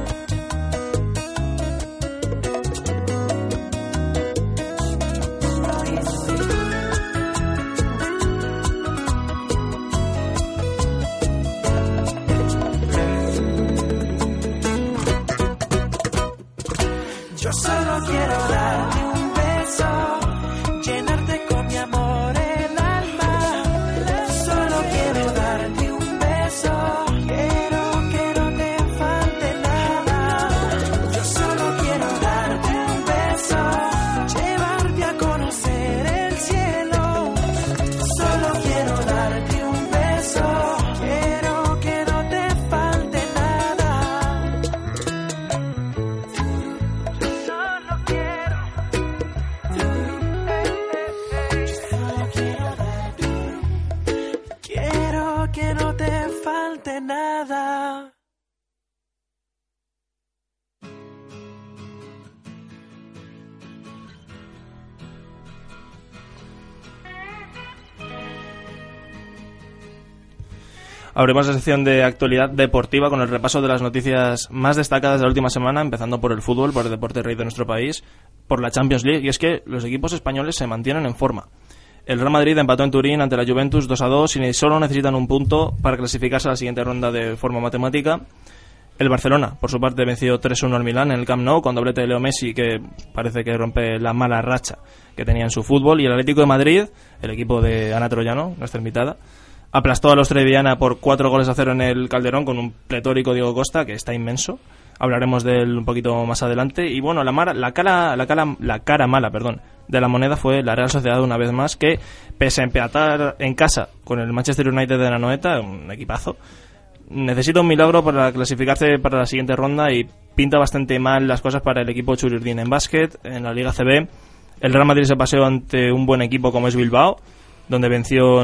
Yo solo quiero darte un beso, llenarte con mi amor el alma. Solo quiero darte un beso, quiero que no te falte nada. Yo solo quiero darte un beso, llevarte a conocer el cielo. Solo quiero darte un beso, quiero que no te falte nada. Solo quiero, quiero que no te falte nada. Abrimos la sección de actualidad deportiva con el repaso de las noticias más destacadas de la última semana, empezando por el fútbol, por el deporte rey de nuestro país, por la Champions League, y es que los equipos españoles se mantienen en forma. El Real Madrid empató en Turín ante la Juventus 2-2 y solo necesitan un punto para clasificarse a la siguiente ronda de forma matemática. El Barcelona, por su parte, venció 3-1 al Milán en el Camp Nou con doblete de Leo Messi, que parece que rompe la mala racha que tenía en su fútbol. Y el Atlético de Madrid, el equipo de Ana Troyano, nuestra invitada, aplastó a los Treviana por 4-0 en el Calderón con un pletórico Diego Costa que está inmenso. Hablaremos de él un poquito más adelante. Y bueno, la cara mala de la moneda fue la Real Sociedad una vez más, que pese a empatar en casa con el Manchester United de Anoeta, un equipazo, necesita un milagro para clasificarse para la siguiente ronda y pinta bastante mal las cosas para el equipo churiurdín. En básquet, en la Liga CB, el Real Madrid se paseó ante un buen equipo como es Bilbao, donde venció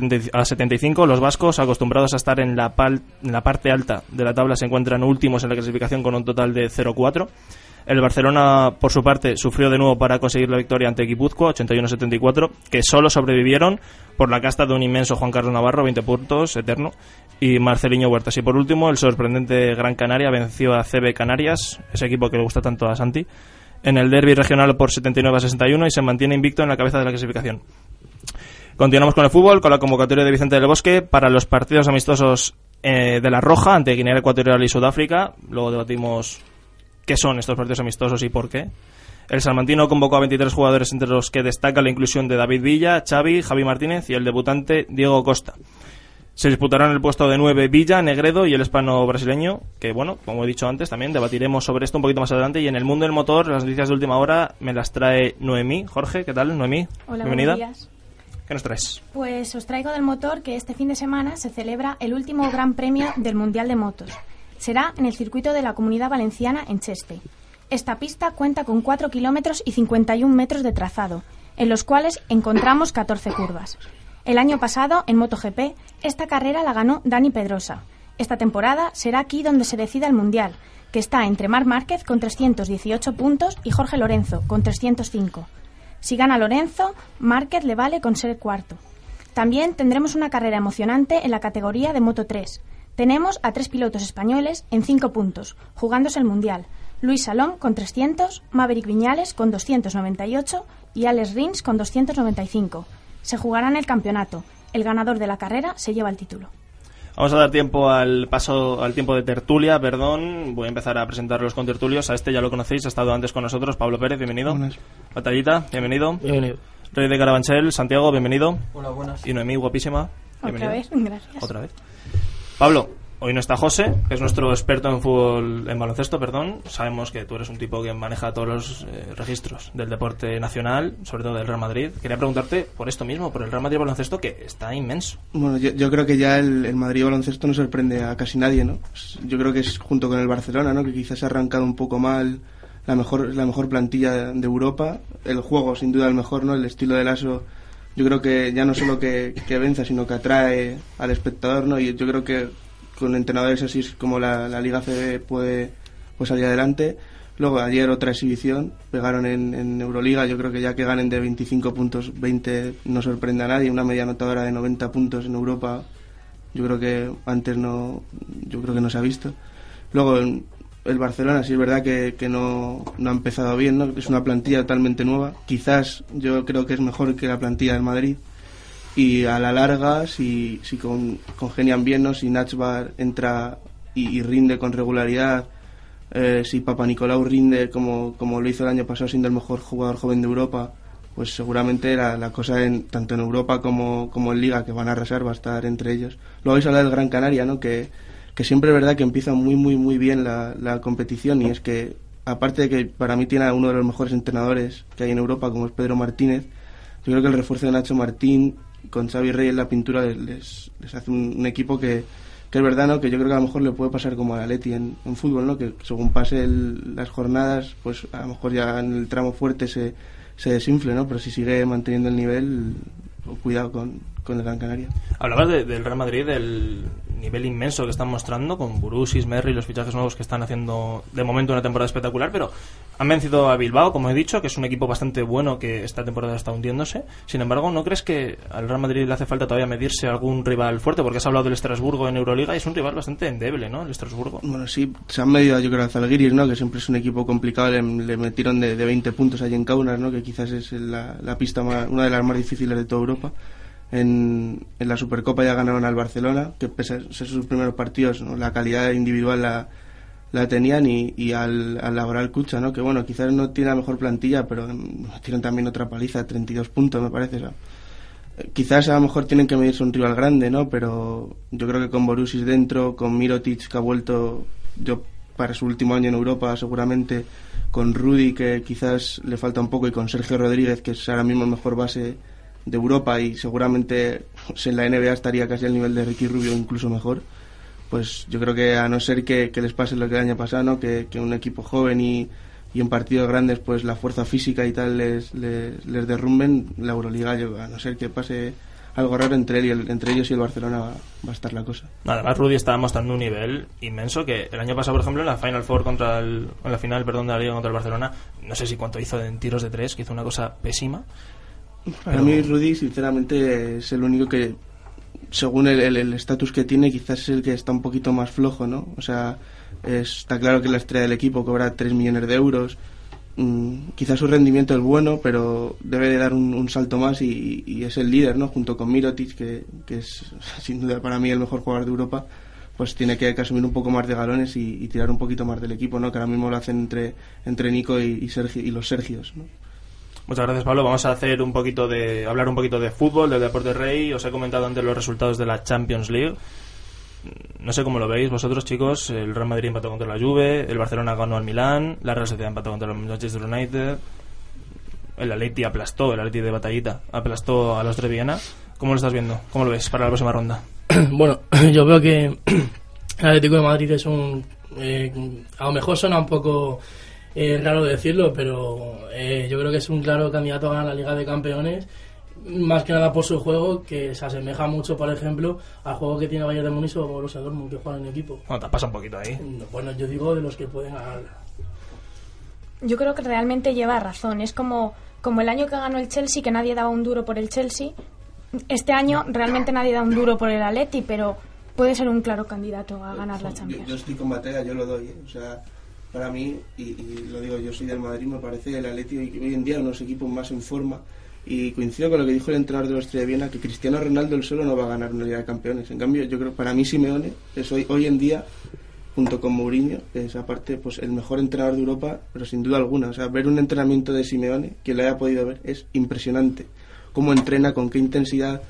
92-75. Los vascos, acostumbrados a estar en la parte alta de la tabla, se encuentran últimos en la clasificación con un total de 0-4. El Barcelona, por su parte, sufrió de nuevo para conseguir la victoria ante Guipúzcoa, 81-74, que solo sobrevivieron por la casta de un inmenso Juan Carlos Navarro, 20 puntos, eterno, y Marceliño Huertas. Y por último, el sorprendente Gran Canaria venció a CB Canarias, ese equipo que le gusta tanto a Santi, en el derbi regional por 79-61 y se mantiene invicto en la cabeza de la clasificación. Continuamos con el fútbol, con la convocatoria de Vicente del Bosque para los partidos amistosos de La Roja ante Guinea Ecuatorial y Sudáfrica. Luego debatimos qué son estos partidos amistosos y por qué. El salmantino convocó a 23 jugadores, entre los que destaca la inclusión de David Villa, Xavi, Javi Martínez y el debutante Diego Costa. Se disputarán el puesto de 9 Villa, Negredo y el hispano-brasileño, que bueno, como he dicho antes, también debatiremos sobre esto un poquito más adelante. Y en el mundo del motor, las noticias de última hora me las trae Noemí. Jorge, ¿qué tal, Noemí? Hola, bienvenida. Buenos días. ¿Qué nos traes? Pues os traigo del motor que este fin de semana se celebra el último Gran Premio del Mundial de Motos. Será en el circuito de la Comunidad Valenciana en Cheste. Esta pista cuenta con 4 kilómetros y 51 metros de trazado, en los cuales encontramos 14 curvas. El año pasado, en MotoGP, esta carrera la ganó Dani Pedrosa. Esta temporada será aquí donde se decida el Mundial, que está entre Marc Márquez con 318 puntos y Jorge Lorenzo con 305. Si gana Lorenzo, Márquez le vale con ser cuarto. También tendremos una carrera emocionante en la categoría de Moto3. Tenemos a 3 pilotos españoles en 5 puntos, jugándose el Mundial. Luis Salom con 300, Maverick Viñales con 298 y Alex Rins con 295. Se jugarán el campeonato. El ganador de la carrera se lleva el título. Vamos a dar tiempo al tiempo de tertulia, perdón. Voy a empezar a presentar los contertulios. A este ya lo conocéis, ha estado antes con nosotros. Pablo Pérez, bienvenido. Buenas. Batallita, bienvenido. Bienvenido. Rey de Carabanchel, Santiago, bienvenido. Hola, buenas. Y Noemí, guapísima. Otra vez, gracias. Otra vez. Pablo, hoy no está José, que es nuestro experto en baloncesto, perdón. Sabemos que tú eres un tipo que maneja todos los registros del deporte nacional, sobre todo del Real Madrid. Quería preguntarte por esto mismo, por el Real Madrid baloncesto, que está inmenso. Bueno, yo creo que ya el Madrid baloncesto no sorprende a casi nadie, ¿no? Yo creo que es junto con el Barcelona, ¿no? Que quizás ha arrancado un poco mal, la mejor plantilla de Europa. El juego, sin duda, el mejor, ¿no? El estilo de Lasso, yo creo que ya no solo que venza, sino que atrae al espectador, ¿no? Y yo creo que con entrenadores así como la Liga CB puede salir adelante. Luego ayer otra exhibición, pegaron en Euroliga. Yo creo que ya que ganen de 25 puntos 20 no sorprende a nadie. Una media anotadora de 90 puntos en Europa, yo creo que antes no se ha visto. Luego el Barcelona sí es verdad que no ha empezado bien, ¿no? Es una plantilla totalmente nueva. Quizás yo creo que es mejor que la plantilla del Madrid. Y a la larga, si congenian bien, ¿no? Si Nachbar entra y rinde con regularidad, si Papanikolaou rinde como lo hizo el año pasado siendo el mejor jugador joven de Europa, pues seguramente la cosa tanto en Europa como en Liga, que van a arrasar, va a estar entre ellos. Luego habéis hablado del Gran Canaria, ¿no? Que siempre es verdad que empieza muy muy muy bien la competición, y es que aparte de que para mí tiene a uno de los mejores entrenadores que hay en Europa, como es Pedro Martínez, yo creo que el refuerzo de Nacho Martín con Xavi Rey en la pintura les hace un equipo que es verdad, ¿no? Que yo creo que a lo mejor le puede pasar como al Atleti en fútbol, ¿no? Que según pase las jornadas, pues a lo mejor ya en el tramo fuerte se desinfle, ¿no? Pero si sigue manteniendo el nivel, cuidado con el Gran Canaria. Hablabas del Real Madrid, nivel inmenso que están mostrando con Burusis, Merri, los fichajes nuevos que están haciendo de momento una temporada espectacular, pero han vencido a Bilbao, como he dicho, que es un equipo bastante bueno que esta temporada está hundiéndose. Sin embargo, ¿no crees que al Real Madrid le hace falta todavía medirse a algún rival fuerte? Porque has hablado del Estrasburgo en Euroliga y es un rival bastante endeble, ¿no? El Estrasburgo. Bueno, sí, se han medido yo creo al Zalgiris, ¿no? Que siempre es un equipo complicado, le metieron de 20 puntos allí en Kaunas, ¿no? Que quizás es la pista una de las más difíciles de toda Europa. En la Supercopa ya ganaron al Barcelona, que pese a ser sus primeros partidos, ¿no? La calidad individual la tenían, y al Laboral Cucha, ¿no? Que bueno, quizás no tiene la mejor plantilla, pero tienen también otra paliza, 32 puntos me parece, o sea, quizás a lo mejor tienen que medirse un rival grande, ¿no? Pero yo creo que con Borussis dentro, con Mirotic, que ha vuelto para su último año en Europa seguramente, con Rudy, que quizás le falta un poco, y con Sergio Rodríguez, que es ahora mismo el mejor base de Europa y seguramente en la NBA estaría casi al nivel de Ricky Rubio, incluso mejor. Pues yo creo que, a no ser que les pase lo que el año pasado, ¿no? Que un equipo joven y en partidos grandes pues la fuerza física y tal les derrumben, la Euroliga, a no ser que pase algo raro entre ellos y el Barcelona, va a estar la cosa. Además, Rudy está mostrando un nivel inmenso, que el año pasado, por ejemplo, en la Final Four en la final de la Liga contra el Barcelona, no sé si cuánto hizo en tiros de 3, que hizo una cosa pésima. Para mí Rudy sinceramente es el único que, según el estatus que tiene, quizás es el que está un poquito más flojo, ¿no? O sea, está claro que la estrella del equipo cobra 3 millones de euros, quizás su rendimiento es bueno, pero debe de dar un salto más, y es el líder, ¿no? Junto con Mirotic, que es sin duda para mí el mejor jugador de Europa, pues tiene que asumir un poco más de galones y tirar un poquito más del equipo, ¿no? Que ahora mismo lo hacen entre Nico y Sergio, y los Sergios, ¿no? Muchas gracias, Pablo. Vamos a hablar un poquito de fútbol, del deporte rey. Os he comentado antes los resultados de la Champions League. No sé cómo lo veis vosotros, chicos. El Real Madrid empató contra la Juve, el Barcelona ganó al Milán, la Real Sociedad empató contra el Manchester United, el Atleti de Batallita aplastó a los de Viena. ¿Cómo lo estás viendo? ¿Cómo lo ves para la próxima ronda? Bueno, yo veo que el Atlético de Madrid es a lo mejor suena un poco raro decirlo, pero yo creo que es un claro candidato a ganar la Liga de Campeones, más que nada por su juego, que se asemeja mucho, por ejemplo, al juego que tiene Bayern de Múnich o Borussia Dortmund, que juegan en equipo. Bueno, te pasa un poquito ahí. Bueno, yo digo de los que pueden ganar. Yo creo que realmente lleva razón. Es como el año que ganó el Chelsea, que nadie daba un duro por el Chelsea. Este año realmente nadie da un duro por el Atleti, pero puede ser un claro candidato a ganar la Champions. Yo estoy con Mateo, yo lo doy, o sea, para mí, y lo digo, yo soy del Madrid, me parece el Atleti hoy en día uno de los equipos más en forma, y coincido con lo que dijo el entrenador de la Estrella de Viena, que Cristiano Ronaldo el solo no va a ganar una Liga de Campeones. En cambio, yo creo, para mí Simeone es hoy en día, junto con Mourinho, que es aparte pues el mejor entrenador de Europa, pero sin duda alguna. O sea, ver un entrenamiento de Simeone, quien lo haya podido ver, es impresionante. Cómo entrena, con qué intensidad,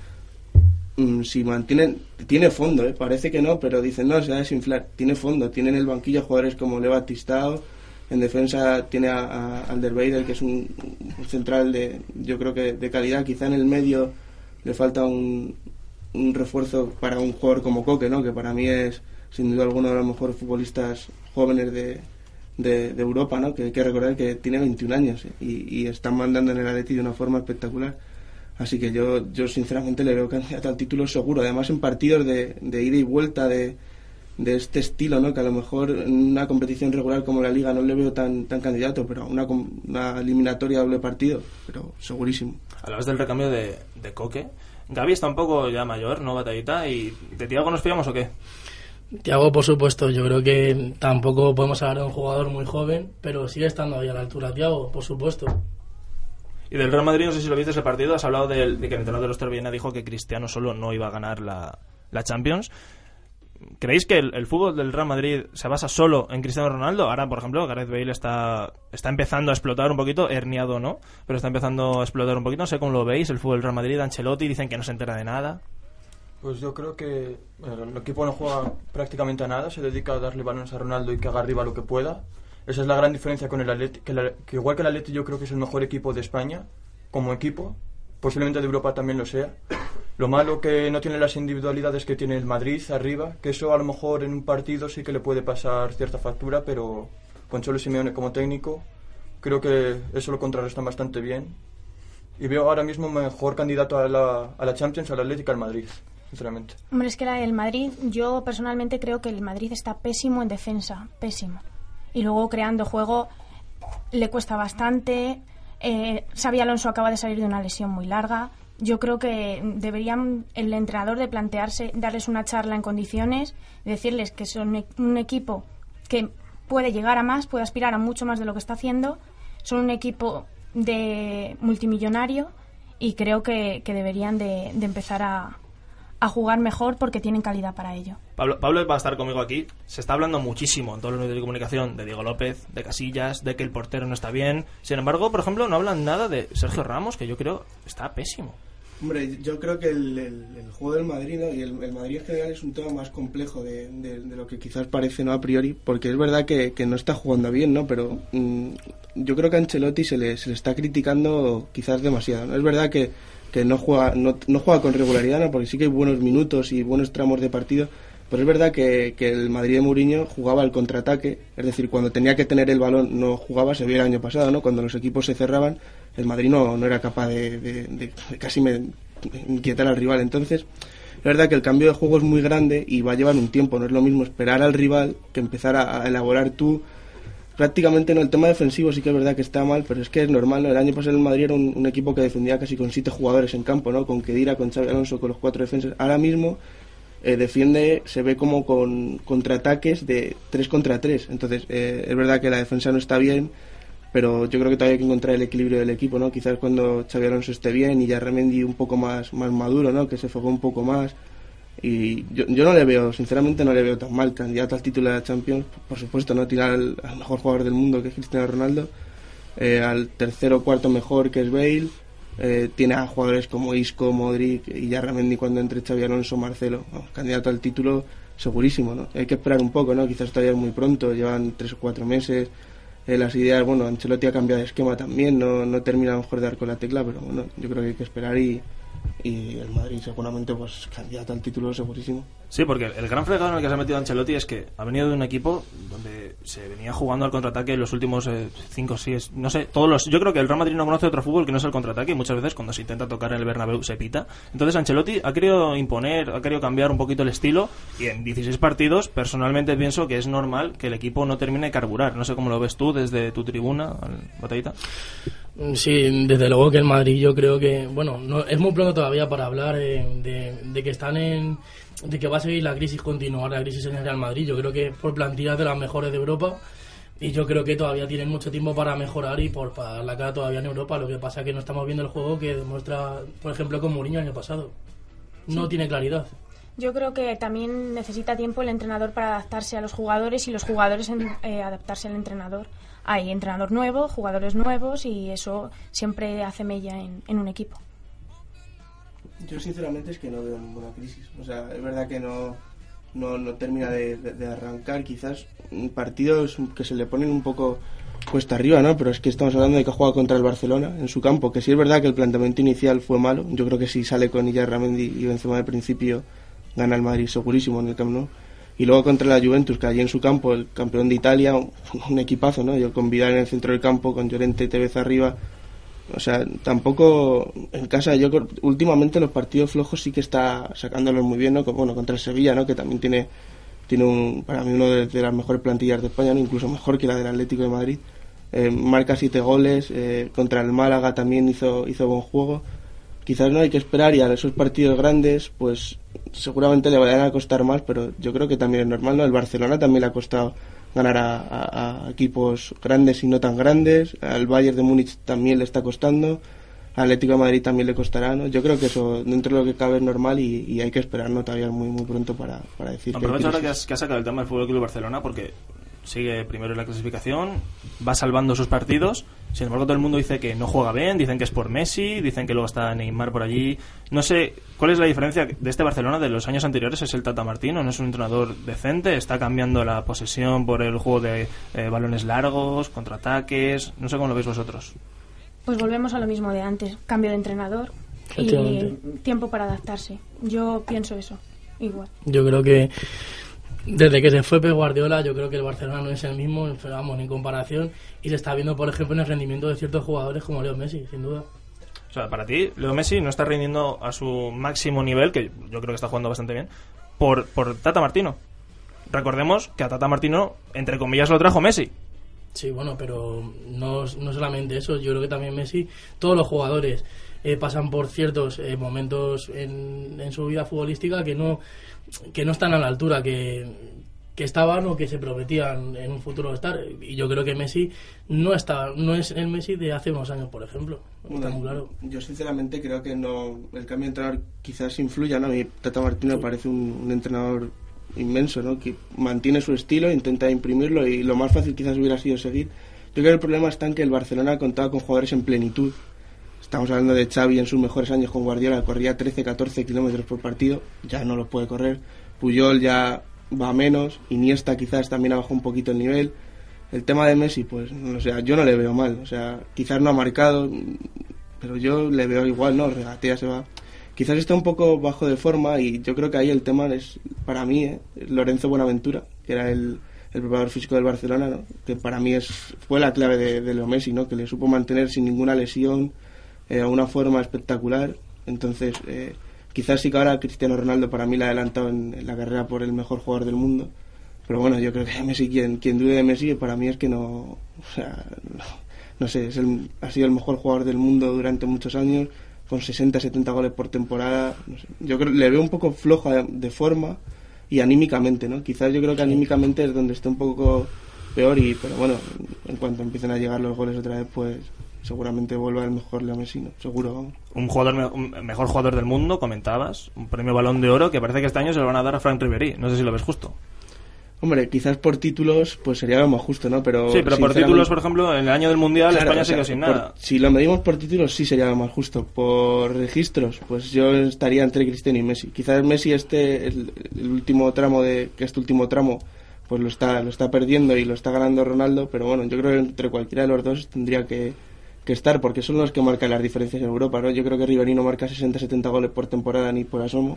si tiene fondo, parece que no, pero dicen no, se va a desinflar, tiene fondo, tiene en el banquillo jugadores como Leo Batistao, en defensa tiene a Alderweireld, que es un central yo creo que de calidad. Quizá en el medio le falta un refuerzo para un jugador como Koke, ¿no? Que para mí es sin duda alguno de los mejores futbolistas jóvenes de Europa, ¿no? Que hay que recordar que tiene 21 años y están mandando en el Atleti de una forma espectacular. Así que yo sinceramente le veo candidato al título seguro, además en partidos de ida y vuelta de este estilo, ¿no? Que a lo mejor en una competición regular como la Liga no le veo tan candidato, pero una eliminatoria doble partido, pero segurísimo. Hablabas del recambio de Koke. Gavi está un poco ya mayor, ¿no, Batallita? ¿Y de Thiago nos fiamos o qué? Thiago, por supuesto, yo creo que tampoco podemos hablar de un jugador muy joven, pero sigue estando ahí a la altura Thiago, por supuesto. Y del Real Madrid, no sé si lo viste ese partido, has hablado de que el entrenador de los Viena dijo que Cristiano solo no iba a ganar la Champions. ¿Creéis que el fútbol del Real Madrid se basa solo en Cristiano Ronaldo? Ahora, por ejemplo, Gareth Bale está empezando a explotar un poquito, herniado no, pero está empezando a explotar un poquito. No sé cómo lo veis, el fútbol del Real Madrid. Ancelotti dicen que no se entera de nada. Pues yo creo que el equipo no juega prácticamente a nada, se dedica a darle balones a Ronaldo y que haga arriba lo que pueda. Esa es la gran diferencia con el Atleti, que igual que el Atleti yo creo que es el mejor equipo de España, como equipo, posiblemente de Europa también lo sea. Lo malo que no tiene las individualidades que tiene el Madrid arriba, que eso a lo mejor en un partido sí que le puede pasar cierta factura, pero con Cholo Simeone como técnico creo que eso lo contrarrestan bastante bien. Y veo ahora mismo mejor candidato a la Champions al Atlético al Madrid. sinceramente. Hombre, es que el Madrid, yo personalmente creo que el Madrid está pésimo en defensa, pésimo. Y luego creando juego le cuesta bastante. Xabi Alonso acaba de salir de una lesión muy larga. Yo creo que deberían el entrenador de plantearse, darles una charla en condiciones, decirles que son un equipo que puede llegar a más, puede aspirar a mucho más de lo que está haciendo. Son un equipo de multimillonario y creo que deberían de empezar a jugar mejor porque tienen calidad para ello. Pablo va a estar conmigo aquí. Se está hablando muchísimo en todos los medios de comunicación de Diego López, de Casillas, de que el portero no está bien. Sin embargo, por ejemplo, no hablan nada de Sergio Ramos, que yo creo está pésimo. Hombre, yo creo que el juego del Madrid, ¿no? Y el Madrid en general es un tema más complejo de lo que quizás parece, ¿no? A priori, porque es verdad que no está jugando bien, ¿no? Pero yo creo que a Ancelotti se le está criticando quizás demasiado, ¿no? Es verdad que no juega con regularidad, ¿no? Porque sí que hay buenos minutos y buenos tramos de partido, pero es verdad que el Madrid de Mourinho jugaba al contraataque, es decir, cuando tenía que tener el balón no jugaba, se vio el año pasado, ¿no? Cuando los equipos se cerraban, el Madrid no era capaz de casi inquietar al rival. Entonces, es verdad que el cambio de juego es muy grande y va a llevar un tiempo, no es lo mismo esperar al rival que empezar a elaborar tú. Prácticamente no, el tema defensivo sí que es verdad que está mal, pero es que es normal, ¿no? El año pasado el Madrid era un equipo que defendía casi con 7 jugadores en campo, ¿no? Con Khedira, con Xabi Alonso, con los 4 defensas. Ahora mismo defiende, se ve como con contraataques de 3 contra 3. Entonces, es verdad que la defensa no está bien, pero yo creo que todavía hay que encontrar el equilibrio del equipo, ¿no? Quizás cuando Xabi Alonso esté bien y ya Ramendi un poco más maduro, ¿no? Que se enfocó un poco más. Y yo no le veo, sinceramente no le veo tan mal. Candidato al título de la Champions, por supuesto, no tiene al mejor jugador del mundo, que es Cristiano Ronaldo, al tercero o cuarto mejor, que es Bale, tiene a jugadores como Isco, Modric y ya Ramendi cuando entre Xabi Alonso, Marcelo. Candidato al título segurísimo, ¿no? Hay que esperar un poco, ¿no? Quizás todavía es muy pronto, llevan 3 o 4 meses. Las ideas, bueno, Ancelotti ha cambiado de esquema también, no termina a lo mejor de dar con la tecla, pero bueno, yo creo que hay que esperar y el Madrid seguramente pues candidato al título segurísimo. Sí, porque el gran fregado en el que se ha metido Ancelotti es que ha venido de un equipo donde se venía jugando al contraataque los últimos 5 o 6, no sé, yo creo que el Real Madrid no conoce otro fútbol que no es el contraataque y muchas veces cuando se intenta tocar en el Bernabéu se pita. Entonces Ancelotti ha querido ha querido cambiar un poquito el estilo y en 16 partidos personalmente pienso que es normal que el equipo no termine de carburar. No sé cómo lo ves tú desde tu tribuna, Batallita. Sí, desde luego que el Madrid yo creo que, bueno, no, es muy pronto todavía para hablar de que están de que va a seguir la crisis, continuar la crisis en el Real Madrid. Yo creo que por plantillas de las mejores de Europa y yo creo que todavía tienen mucho tiempo para mejorar y para dar la cara todavía en Europa. Lo que pasa es que no estamos viendo el juego que demuestra, por ejemplo, con Mourinho el año pasado. No tiene claridad. Yo creo que también necesita tiempo el entrenador para adaptarse a los jugadores y los jugadores adaptarse al entrenador. Hay entrenador nuevo, jugadores nuevos y eso siempre hace mella en un equipo. Yo sinceramente es que no veo ninguna crisis. O sea, es verdad que no termina de arrancar. Quizás partidos que se le ponen un poco cuesta arriba, ¿no? Pero es que estamos hablando de que juega contra el Barcelona en su campo, que sí es verdad que el planteamiento inicial fue malo. Yo creo que si sale con Ramendi y Benzema de principio gana el Madrid segurísimo en el Camp Nou. Y luego contra la Juventus, que allí en su campo, el campeón de Italia, un equipazo, ¿no? Yo con Vidal en el centro del campo, con Llorente y Tevez arriba. O sea, tampoco en casa, yo últimamente los partidos flojos sí que está sacándolos muy bien, ¿no? Bueno, contra el Sevilla, ¿no? Que también tiene para mí uno de las mejores plantillas de España, ¿no? Incluso mejor que la del Atlético de Madrid. Marca 7 goles, contra el Málaga también hizo buen juego. Quizás no hay que esperar y a esos partidos grandes pues seguramente le vayan a costar más, pero yo creo que también es normal, ¿no? El Barcelona también le ha costado ganar a equipos grandes y no tan grandes, al Bayern de Múnich también le está costando, al Atlético de Madrid también le costará, ¿no? Yo creo que eso dentro de lo que cabe es normal y hay que esperar, ¿no? Todavía muy muy pronto para decir. Aprovecho ahora que has sacado el tema del Fútbol Club Barcelona porque sigue primero en la clasificación, va salvando sus partidos. Sin embargo, todo el mundo dice que no juega bien, dicen que es por Messi, dicen que luego está Neymar por allí. No sé, ¿cuál es la diferencia de este Barcelona de los años anteriores? ¿Es el Tata Martino? ¿No es un entrenador decente? ¿Está cambiando la posesión por el juego de balones largos, contraataques? No sé cómo lo veis vosotros. Pues volvemos a lo mismo de antes, cambio de entrenador y tiempo para adaptarse. Yo pienso eso, igual. Yo creo que desde que se fue Pep Guardiola, yo creo que el Barcelona no es el mismo, vamos, ni comparación, y se está viendo, por ejemplo, en el rendimiento de ciertos jugadores como Leo Messi, sin duda. O sea, para ti, Leo Messi no está rindiendo a su máximo nivel, que yo creo que está jugando bastante bien, por Tata Martino. Recordemos que a Tata Martino, entre comillas, lo trajo Messi. Sí, bueno, pero no solamente eso. Yo creo que también Messi, todos los jugadores pasan por ciertos momentos en su vida futbolística que no están a la altura que estaban o que se prometían en un futuro estar. Y yo creo que Messi no es el Messi de hace unos años, por ejemplo. Está muy claro. Yo sinceramente creo que no, el cambio de entrenador quizás influya, ¿no? A mí Tata Martino me parece un entrenador inmenso, ¿no? Que mantiene su estilo, intenta imprimirlo, y lo más fácil quizás hubiera sido seguir. Yo creo que el problema está en que el Barcelona contaba con jugadores en plenitud. Estamos hablando de Xavi en sus mejores años con Guardiola, corría 13-14 kilómetros por partido, ya no lo puede correr. Puyol ya va menos, Iniesta quizás también ha bajado un poquito el nivel. El tema de Messi, pues, no sé, yo no le veo mal, o sea, quizás no ha marcado, pero yo le veo igual, ¿no? Regatea, se va. Quizás está un poco bajo de forma, y yo creo que ahí el tema es, para mí, Lorenzo Buenaventura, que era el preparador físico del Barcelona, ¿no? Que para mí fue la clave de Leo Messi, ¿no? Que le supo mantener sin ninguna lesión, a una forma espectacular. Entonces, quizás sí que ahora Cristiano Ronaldo para mí le ha adelantado en la carrera por el mejor jugador del mundo, pero bueno, yo creo que Messi, quien dude de Messi, para mí es que no, o sea, no sé, ha sido el mejor jugador del mundo durante muchos años, con 60-70 goles por temporada, no sé. Yo creo le veo un poco flojo de forma y anímicamente, ¿no? Quizás yo creo que anímicamente es donde está un poco peor, pero bueno, en cuanto empiecen a llegar los goles otra vez, pues seguramente vuelva el mejor Leo Messi, ¿no? Seguro, vamos. Un mejor jugador del mundo, comentabas, un premio Balón de Oro que parece que este año se lo van a dar a Franck Ribéry. No sé si lo ves justo. Hombre, quizás por títulos pues sería lo más justo, ¿no? Pero sí, pero por títulos, por ejemplo, en el año del Mundial, claro, España se quedó sin nada. Si lo medimos por títulos, sí sería lo más justo. Por registros, pues yo estaría entre Cristiano y Messi. Quizás Messi el último tramo este último tramo pues lo está perdiendo y lo está ganando Ronaldo, pero bueno, yo creo que entre cualquiera de los dos tendría que estar, porque son los que marcan las diferencias en Europa, ¿no? Yo creo que Ribéry no marca 60-70 goles por temporada ni por asomo.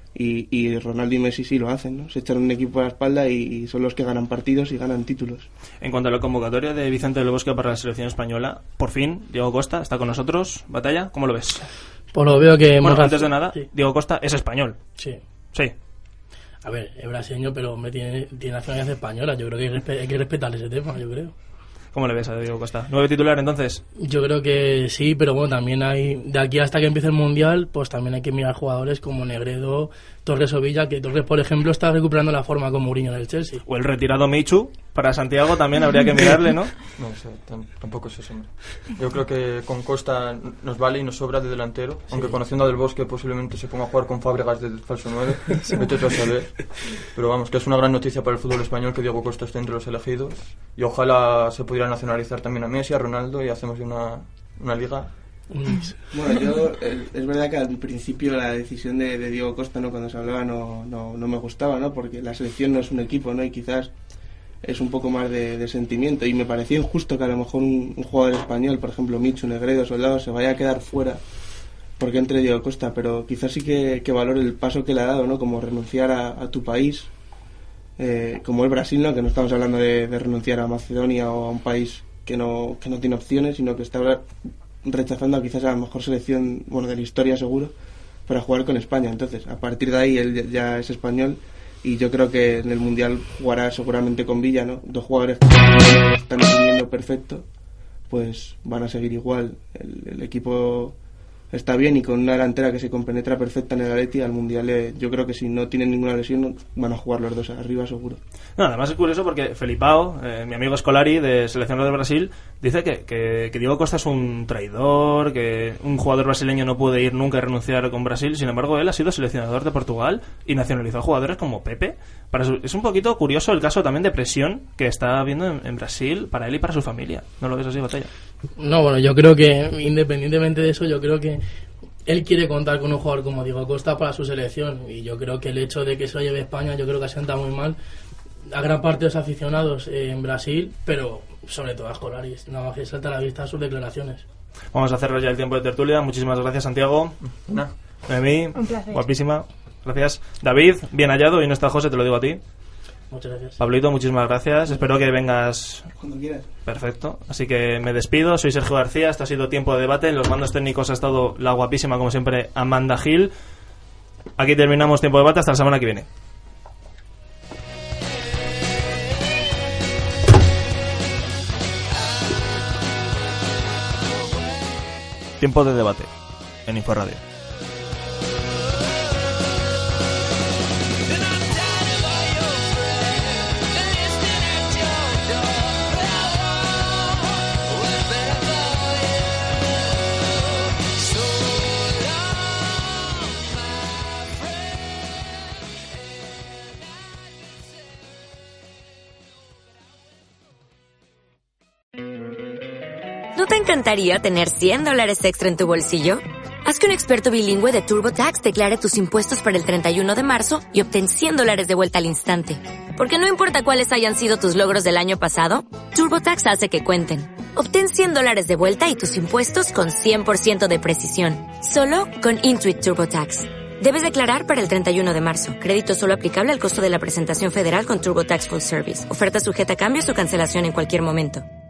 Y Ronaldo y Messi sí lo hacen, ¿no? Se echan un equipo a la espalda y son los que ganan partidos y ganan títulos. En cuanto a la convocatoria de Vicente del Bosque para la selección española, por fin Diego Costa está con nosotros. Batalla, ¿cómo lo ves? Pues lo veo que... Bueno, antes de nada, sí. Diego Costa es español. Sí. Sí. A ver, es brasileño, pero hombre, tiene nacionalidad española. Yo creo que hay que respetar ese tema, yo creo. ¿Cómo le ves a Diego Costa? ¿9 titular entonces? Yo creo que sí, pero bueno, también hay, de aquí hasta que empiece el Mundial, pues también hay que mirar jugadores como Negredo, Torres o Villa, que Torres, por ejemplo, está recuperando la forma con Mourinho en el Chelsea. O el retirado Michu, para Santiago también habría que mirarle, ¿no? No sé, tampoco es eso. Yo creo que con Costa nos vale y nos sobra de delantero, sí. Aunque conociendo a Del Bosque posiblemente se ponga a jugar con Fábregas de falso 9, vete tú a saber. Pero vamos, que es una gran noticia para el fútbol español que Diego Costa esté entre los elegidos, y ojalá se pudiera nacionalizar también a Messi, a Ronaldo, y hacemos una liga. Bueno, es verdad que al principio la decisión de Diego Costa, ¿no? Cuando se hablaba no me gustaba, ¿no? Porque la selección no es un equipo, ¿no? Y quizás es un poco más de sentimiento, y me parecía injusto que a lo mejor un jugador español, por ejemplo Michu, Negredo, Soldado, se vaya a quedar fuera porque entre Diego Costa, pero quizás sí que valore el paso que le ha dado, ¿no? Como renunciar a tu país, como el Brasil, ¿no? Que no estamos hablando de renunciar a Macedonia o a un país que no tiene opciones, sino que está rechazando quizás a la mejor selección, bueno, de la historia seguro, para jugar con España. Entonces, a partir de ahí él ya es español, y yo creo que en el Mundial jugará seguramente con Villa, ¿no? Dos jugadores que están asumiendo perfecto, pues van a seguir igual. El equipo está bien, y con una delantera que se compenetra perfecta en el Atleti, al Mundial yo creo que si no tienen ninguna lesión van a jugar los dos arriba seguro. No, además es curioso porque Felipao, mi amigo Scolari de seleccionador de Brasil, dice que Diego Costa es un traidor, que un jugador brasileño no puede ir nunca y renunciar con Brasil. Sin embargo, él ha sido seleccionador de Portugal y nacionalizó a jugadores como Pepe. Es un poquito curioso el caso también de presión que está habiendo en Brasil para él y para su familia. ¿No lo ves así, Batalla? No, bueno, yo creo que independientemente de eso, yo creo que él quiere contar con un jugador como Diego Costa para su selección, y yo creo que el hecho de que se lo lleve España, yo creo que asienta muy mal a gran parte de los aficionados en Brasil, pero sobre todo a Scolari. Nada más que salta a la vista sus declaraciones. Vamos a cerrar ya el tiempo de tertulia. Muchísimas gracias, Santiago. Noemí, un placer. Guapísima. Gracias. David, bien hallado. Y no está José, te lo digo a ti. Muchas gracias. Pablito, muchísimas gracias. Espero que vengas Cuando quieras. Perfecto. Así que me despido. Soy Sergio García. Esto ha sido Tiempo de Debate. En los mandos técnicos ha estado la guapísima, como siempre, Amanda Gil. Aquí terminamos Tiempo de Debate. Hasta la semana que viene. Tiempo de Debate en InfoRadio. ¿No te encantaría tener $100 extra en tu bolsillo? Haz que un experto bilingüe de TurboTax declare tus impuestos para el 31 de marzo y obtén $100 de vuelta al instante. Porque no importa cuáles hayan sido tus logros del año pasado, TurboTax hace que cuenten. Obtén $100 de vuelta y tus impuestos con 100% de precisión. Solo con Intuit TurboTax. Debes declarar para el 31 de marzo. Crédito solo aplicable al costo de la presentación federal con TurboTax Full Service. Oferta sujeta a cambios o cancelación en cualquier momento.